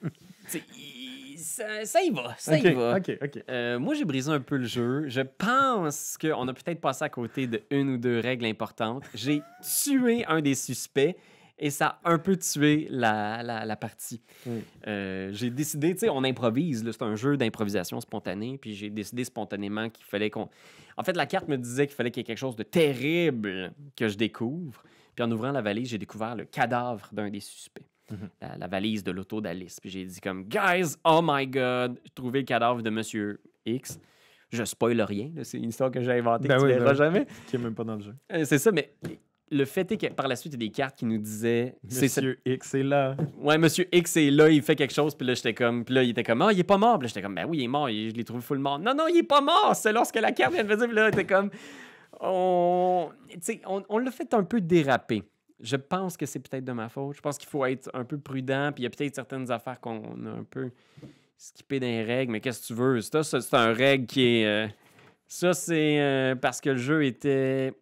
Ça y va, ça y va. OK. Moi, j'ai brisé un peu le jeu. Je pense qu'on a peut-être passé à côté de une ou deux règles importantes. J'ai tué un des suspects et ça a un peu tué la partie. J'ai décidé, tu sais, on improvise. C'est un jeu d'improvisation spontanée. Puis j'ai décidé spontanément qu'il fallait qu'on... En fait, la carte me disait qu'il fallait qu'il y ait quelque chose de terrible que je découvre. Puis en ouvrant la valise, j'ai découvert le cadavre d'un des suspects. La valise de l'auto d'Alice. Puis j'ai dit comme « Guys, oh my God! » J'ai trouvé le cadavre de Monsieur X. Je spoil rien. Là, c'est une histoire que j'ai inventée que tu verras jamais. Qui n'est même pas dans le jeu. C'est ça, mais le fait est que par la suite, il y a des cartes qui nous disaient... Monsieur X est là. Ouais, Monsieur X est là, il fait quelque chose. Puis là, j'étais comme... Puis là, il était comme « Ah, il est pas mort. » Puis là, j'étais comme « Ben oui, il est mort. Je l'ai trouvé full mort. » Non, il est pas mort. C'est lorsque la carte vient de me dire. Puis là, il était comme... on l'a fait un peu déraper. Je pense que c'est peut-être de ma faute. Je pense qu'il faut être un peu prudent. Puis il y a peut-être certaines affaires qu'on a un peu skippé dans les règles. Mais qu'est-ce que tu veux? Ça c'est un règle qui est... ça, c'est parce que le jeu était...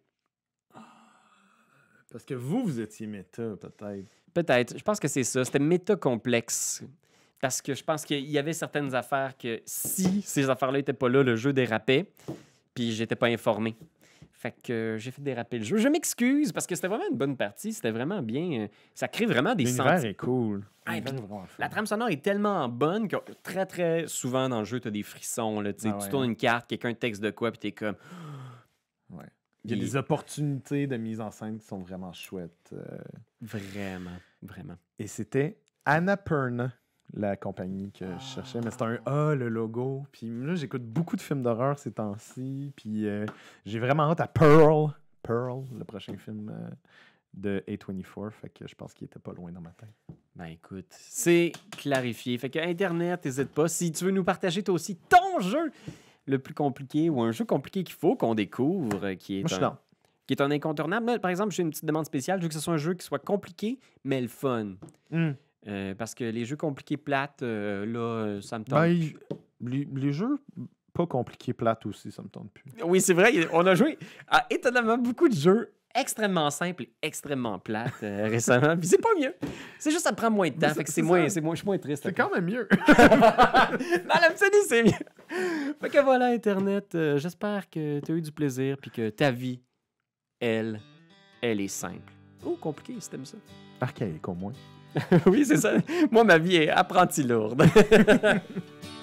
Parce que vous étiez méta, peut-être. Peut-être. Je pense que c'est ça. C'était méta complexe. Parce que je pense qu'il y avait certaines affaires que si ces affaires-là n'étaient pas là, le jeu dérapait. Puis j'étais pas informé. Fait que j'ai fait déraper le jeu. Je m'excuse parce que c'était vraiment une bonne partie. C'était vraiment bien. Ça crée vraiment des sentiments. L'univers est cool. La trame sonore est tellement bonne que très, très souvent dans le jeu, tu as des frissons. Là, tu tournes une carte, quelqu'un texte de quoi, puis t'es comme... Ouais. Il y a des opportunités de mise en scène qui sont vraiment chouettes. Vraiment, vraiment. Et c'était Annapurna, la compagnie que je cherchais. Mais c'est un A, le logo. Puis là, j'écoute beaucoup de films d'horreur ces temps-ci. Puis j'ai vraiment hâte à Pearl, le prochain film de A24. Fait que je pense qu'il était pas loin dans ma tête. Ben écoute, c'est clarifié. Fait que Internet, n'hésite pas. Si tu veux nous partager toi aussi ton jeu le plus compliqué ou un jeu compliqué qu'il faut qu'on découvre, qui est un incontournable. Là, par exemple, j'ai une petite demande spéciale. Je veux que ce soit un jeu qui soit compliqué, mais le fun. Parce que les jeux compliqués plates, là, ça me tente plus. Les jeux pas compliqués plates aussi, ça me tente plus. Oui, c'est vrai. On a joué à étonnamment beaucoup de jeux extrêmement simples et extrêmement plates récemment. Puis c'est pas mieux. C'est juste que ça prend moins de temps. Fait que je suis moins triste. C'est quand même mieux. Dans l'absolu, c'est mieux. Fait que voilà, Internet. J'espère que tu as eu du plaisir puis que ta vie, elle est simple. Ou compliquée, si t'aimes ça. Archaïque, au moins. Oui, c'est ça. Moi, ma vie est apprentie lourde.